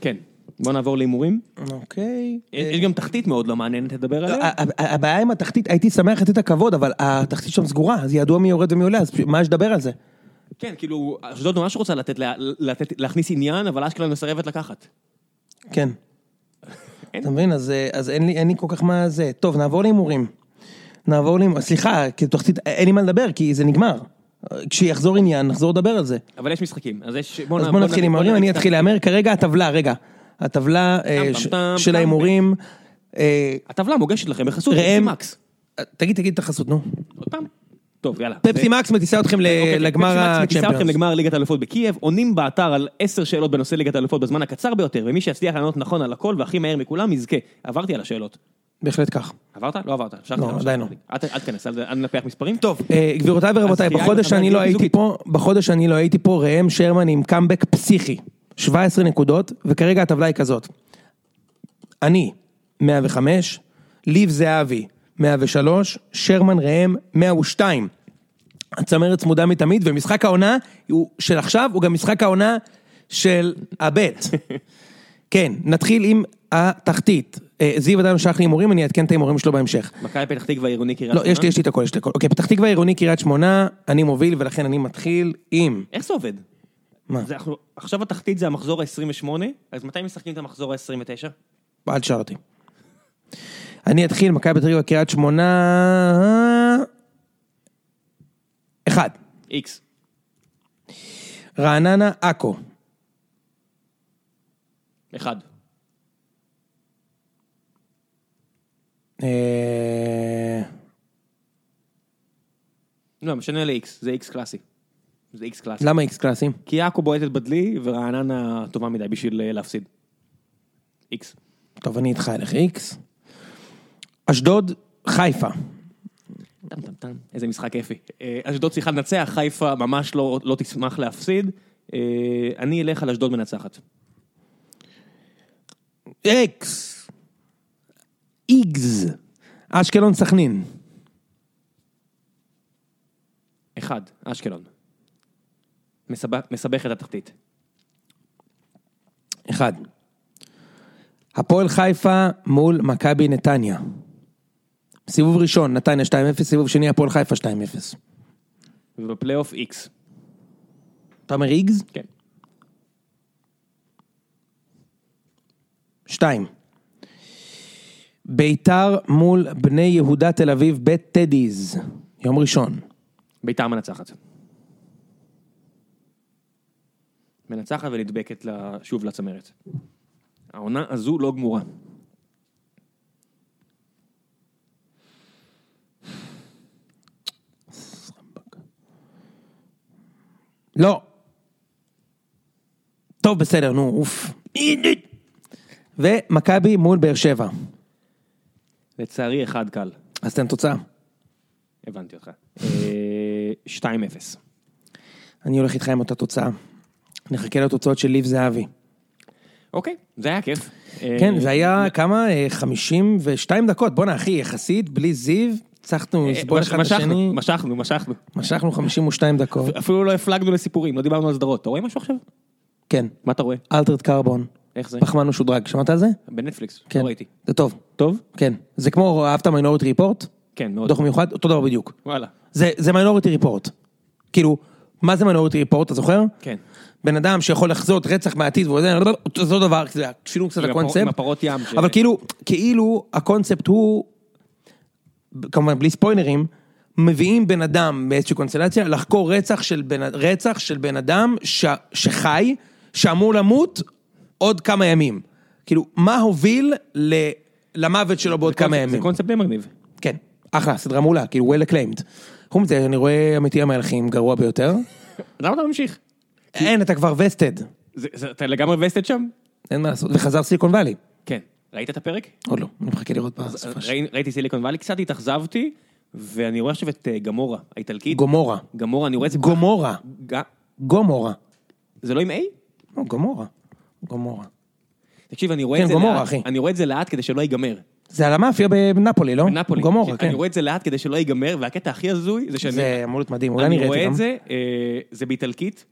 Speaker 2: בוא נעבור להימורים.
Speaker 1: אוקיי.
Speaker 2: יש גם תחתית מאוד לא מעניינת לדבר עליה.
Speaker 1: הבעיה עם התחתית, הייתי שמח לתת הכבוד, אבל התחתית שם סגורה, אז ידוע מי יורד ומי עולה, אז מה יש לדבר על זה?
Speaker 2: כן, כאילו, אשדוד ממש רוצה להכניס עניין, אבל אשקלון מסרבת לקחת.
Speaker 1: כן. אתה מבין, אז אין לי כל כך מה זה. טוב, נעבור להימורים. סליחה, כי תחתית, אין לי מה לדבר, כי זה נגמר. כשיחזור עניין, נחזור לדבר על זה.
Speaker 2: אבל יש משחקים, אז
Speaker 1: בוא נתחיל להימורים, אני אתחיל להימר, כרגע הטבלה של ההימורים.
Speaker 2: הטבלה מוגשת לכם בחסות פפסי מקס.
Speaker 1: תגיד את החסות, נו.
Speaker 2: עוד פעם? טוב, יאללה.
Speaker 1: פפסי מקס מטיסה אתכם לגמר הצ'מפיונס.
Speaker 2: מטיסה אתכם לגמר ליגת האלופות בקייב, עונים באתר על 10 שאלות בנושא ליגת האלופות בזמן הקצר ביותר, ומי שיצליח לענות נכון על הכל והכי מהר מכולם יזכה. עברתי על השאלות.
Speaker 1: בהחלט כך.
Speaker 2: עברת? לא עברת.
Speaker 1: לא, עדיין לא.
Speaker 2: אל תכנס, אל נפח מספרים.
Speaker 1: טוב, גבירותיי ורבותיי, בחודש שאני לא הייתי פה, ראם שרמן עם קאמבק פסיכי, 17 נקודות, וכרגע הטבלה היא כזאת. אני, 105, ליב זהבי, 103, שרמן ראם, 102. הצמרת צמודה מתמיד, ומשחק העונה של עכשיו הוא גם משחק העונה של הבית. כן, נתחיל עם התחתית. זיו עדיין שייך להימורים, אני אעדכן את ההימורים שלו בהמשך.
Speaker 2: מכבי פתח תקווה עירוני קריית שמונה?
Speaker 1: לא, יש לי את הכל. אוקיי, פתח תקווה עירוני קריית שמונה, אני מוביל, ולכן אני מתחיל עם...
Speaker 2: איך זה עובד?
Speaker 1: מה?
Speaker 2: עכשיו התחתית זה המחזור ה-28, אז מתי משחקים את המחזור ה-29?
Speaker 1: אל תשאל אותי. אני אתחיל, מכבי פתח תקווה קריית שמונה... 1.
Speaker 2: X.
Speaker 1: רעננה עכו.
Speaker 2: 1. לא, משנה ל-X, זה X קלאסי. זה X קלאסי.
Speaker 1: למה X קלאסי?
Speaker 2: כי עכו בועטת בדלי, ורעננה טובה מדי בשביל להפסיד. X.
Speaker 1: טוב, אני איתך אלך X. אשדוד, חיפה.
Speaker 2: איזה משחק כיפי. אשדוד צריכה לנצח, חיפה ממש לא תשמח להפסיד. אני אלך על אשדוד מנצחת.
Speaker 1: אקס. איגז. אשקלון סכנין.
Speaker 2: 1. אשקלון. מסבך את התחתית.
Speaker 1: 1. הפועל חיפה מול מכבי נתניה. סיבוב ראשון, נתניה 2-0, סיבוב שני, הפועל חיפה 2-0.
Speaker 2: ובפלייאוף X.
Speaker 1: אתה אומר איגז?
Speaker 2: כן.
Speaker 1: 2. ביתר מול בני יהודה תל אביב בית טדיז. יום ראשון.
Speaker 2: ביתר מנצחת. מנצחת ונדבקת שוב לצמרת. העונה הזו לא גמורה.
Speaker 1: לא. טוב, בסדר, נו, אוף. ומכבי מול באר שבע.
Speaker 2: לצערי 1 קל.
Speaker 1: אז תן תוצאה.
Speaker 2: הבנתי אותך. 2-0.
Speaker 1: אני הולך איתך עם אותה תוצאה. נחכה לתוצאות של ליב זהבי.
Speaker 2: אוקיי, זה היה כיף.
Speaker 1: כן, זה היה כמה? 52 דקות. בוא אחי, יחסית, בלי זיו, הצלחנו לסבול אחד לשני. משכנו 52 דקות.
Speaker 2: אפילו לא הפלגנו לסיפורים, לא דיברנו על סדרות. אתה רואה משהו עכשיו?
Speaker 1: כן.
Speaker 2: מה אתה רואה?
Speaker 1: אלטרד קרבון.
Speaker 2: איך זה?
Speaker 1: פחמן ושודרג, שמעת על זה?
Speaker 2: בנטפליקס,
Speaker 1: כן.
Speaker 2: לא ראיתי.
Speaker 1: זה טוב.
Speaker 2: טוב?
Speaker 1: כן. זה כמו, אהבת מיינוריטי ריפורט?
Speaker 2: כן, מאוד.
Speaker 1: דוח מיוחד, אותו דבר בדיוק.
Speaker 2: וואלה.
Speaker 1: זה מיינוריטי ריפורט. כאילו, מה זה מיינוריטי ריפורט, אתה זוכר?
Speaker 2: כן.
Speaker 1: בן אדם שיכול לחזות רצח מעתיד, זה אותו דבר, שילום קצת הקונספט.
Speaker 2: עם הפרות ים.
Speaker 1: אבל כאילו הקונספט הוא, כמובן בלי ספוילרים, מביאים בן אדם באיזושהי קונסטלציה, לחקור רצח של בן אדם שחי, שאמור למות עוד כמה ימים. כאילו, מה הוביל למוות שלו בעוד כמה ימים?
Speaker 2: זה קונספט די מגניב.
Speaker 1: כן, אחלה, סדרה מעולה, כאילו, well acclaimed. חוץ מזה, אני רואה אמיתי המלכים גרוע ביותר.
Speaker 2: למה אתה ממשיך?
Speaker 1: אין, אתה כבר וסטד.
Speaker 2: אתה לגמרי וסטד שם?
Speaker 1: אין מה לעשות, וחזר סיליקון ואלי.
Speaker 2: כן. ראית את הפרק?
Speaker 1: עוד לא, אני מחכה לראות בסופה.
Speaker 2: ראיתי סיליקון ואלי, קצת התאכזבתי, ואני רואה עכשיו את גמורה, האיטלקית.
Speaker 1: גומורה.
Speaker 2: גמורה, אני רואה את זה...
Speaker 1: גומורה. גומורה.
Speaker 2: זה לא עם A?
Speaker 1: לא, גומורה.
Speaker 2: תקשיב, אני רואה את זה
Speaker 1: גומורה,
Speaker 2: לאט.
Speaker 1: אחי.
Speaker 2: אני רואה את זה לאט כדי שלא ייגמר.
Speaker 1: זה על המאפיה בנפולי, לא?
Speaker 2: בנפולי.
Speaker 1: גומורה, כן.
Speaker 2: אני רואה את זה לאט כדי שלא ייגמר, והקטע הכי הזוי זה שאני...
Speaker 1: זה אמור להיות מדהים, אולי נראיתי גם.
Speaker 2: אני רואה את זה, זה באיטלקית,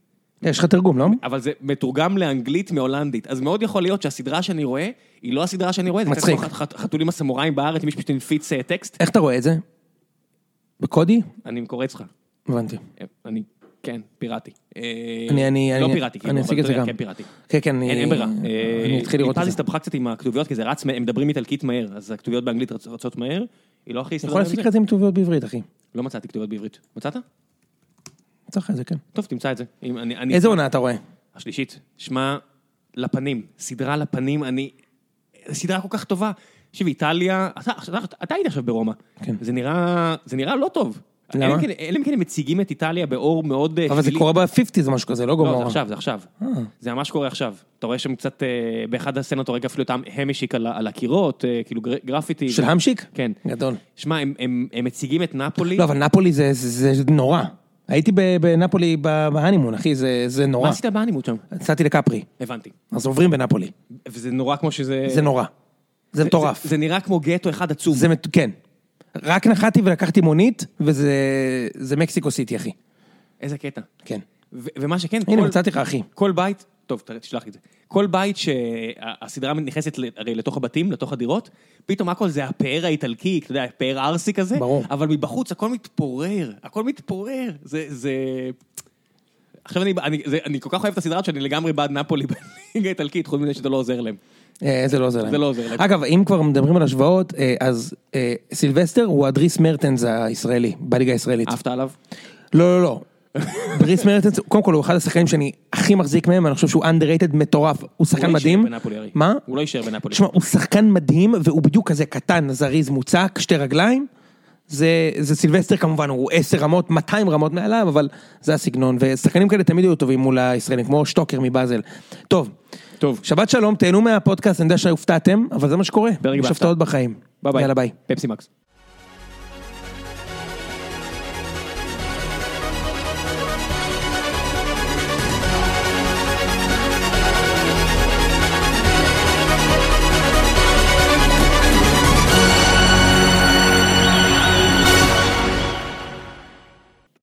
Speaker 1: יש לך תרגום, לא?
Speaker 2: אבל זה מתורגם לאנגלית מהולנדית, אז מאוד יכול להיות שהסדרה שאני רואה, היא לא הסדרה שאני רואה,
Speaker 1: מצחיק.
Speaker 2: זה חתולים הסמוראים בארץ, מישהו שתנפיץ טקסט.
Speaker 1: איך אתה רואה את זה? בקודי?
Speaker 2: אני קורץ לך.
Speaker 1: הבנתי.
Speaker 2: אני, כן, פיראטי.
Speaker 1: לא
Speaker 2: פיראטי,
Speaker 1: אני אשיג את זה גם.
Speaker 2: כן, פיראטי.
Speaker 1: כן, כן,
Speaker 2: אין ברירה.
Speaker 1: אני אתחיל לראות את
Speaker 2: פז
Speaker 1: זה.
Speaker 2: הסתבכה קצת עם הכתוביות, כי זה רץ, הם מדברים איטלקית מהר, אז הכתוביות באנגלית רצות מהר, היא לא הכי
Speaker 1: יכול להשיג את זה עם כתוביות בעברית, אחי.
Speaker 2: לא מצאתי כתוביות בעברית. מצאת?
Speaker 1: צריך את זה, כן.
Speaker 2: טוב, תמצא את זה.
Speaker 1: איזה עונה אתה רואה?
Speaker 2: השלישית, שמה לפנים, סדרה לפנים, סדרה כל כך טובה. תקשיב, איטליה, אתה היית עכשיו ברומא.
Speaker 1: כן.
Speaker 2: זה נראה לא טוב.
Speaker 1: למה?
Speaker 2: אלה מכן הם מציגים את איטליה באור מאוד...
Speaker 1: אבל זה קורה ב-50, זה משהו כזה, לא גומר.
Speaker 2: לא, זה עכשיו. זה ממש קורה עכשיו. אתה רואה שם קצת, באחד הסצנות, אתה רואה אפילו אותם המשיק על הקירות, כאילו גרפיטי.
Speaker 1: של המשיק?
Speaker 2: כן.
Speaker 1: גדול.
Speaker 2: שמע, הם מציגים את נפולי.
Speaker 1: לא, אבל נפולי זה נורא. הייתי בנפולי בהנימון, אחי, זה נורא.
Speaker 2: מה עשית בהנימון שם?
Speaker 1: יצאתי לקפרי.
Speaker 2: הבנתי.
Speaker 1: אז עוברים בנפולי.
Speaker 2: וזה נורא כמו שזה...
Speaker 1: זה נורא. זה מטורף.
Speaker 2: זה נראה כמו גטו אחד עצוב.
Speaker 1: כן. רק נחתי ולקחתי מונית, וזה מקסיקו סיטי, אחי.
Speaker 2: איזה קטע.
Speaker 1: כן.
Speaker 2: ומה שכן...
Speaker 1: הנה, מצאתי לך, אחי.
Speaker 2: כל בית... טוב, תשלח לי את זה. כל בית שהסדרה נכנסת הרי לתוך הבתים, לתוך הדירות, פתאום הכל זה הפאר האיטלקי, אתה יודע, פאר ארסי כזה.
Speaker 1: ברור.
Speaker 2: אבל מבחוץ הכל מתפורר. זה... עכשיו אני כל כך אוהב את הסדרה שאני לגמרי בעד נפולי בליגה האיטלקית, חוץ מזה שזה לא עוזר להם.
Speaker 1: זה לא עוזר להם. אגב, אם כבר מדברים על השוואות, אז סילבסטר הוא הדריס מרטנס הישראלי, בליגה הישראלית.
Speaker 2: אהבת עליו?
Speaker 1: לא. דריס מרטנס, קודם כל הוא אחד השחקנים שאני הכי מחזיק מהם, אני חושב שהוא underrated מטורף, הוא שחקן מדהים. מה?
Speaker 2: הוא לא יישאר בנפולי.
Speaker 1: תשמע, הוא שחקן מדהים, והוא בדיוק כזה קטן, זריז, מוצק, שתי רגליים. זה סילבסטר כמובן, הוא 10 רמות, 200 רמות מעליו, אבל זה הסגנון, ושחקנים כאלה תמיד היו טובים מול הישראלים, כמו שטוקר מבאזל. טוב, שבת שלום, תהנו מהפודקאסט, אני יודע שהופתעתם, אבל זה מה שקורה. יש הפתעות בחיים.
Speaker 2: ביי ביי.
Speaker 1: יאללה ביי.
Speaker 2: פפסי מקס.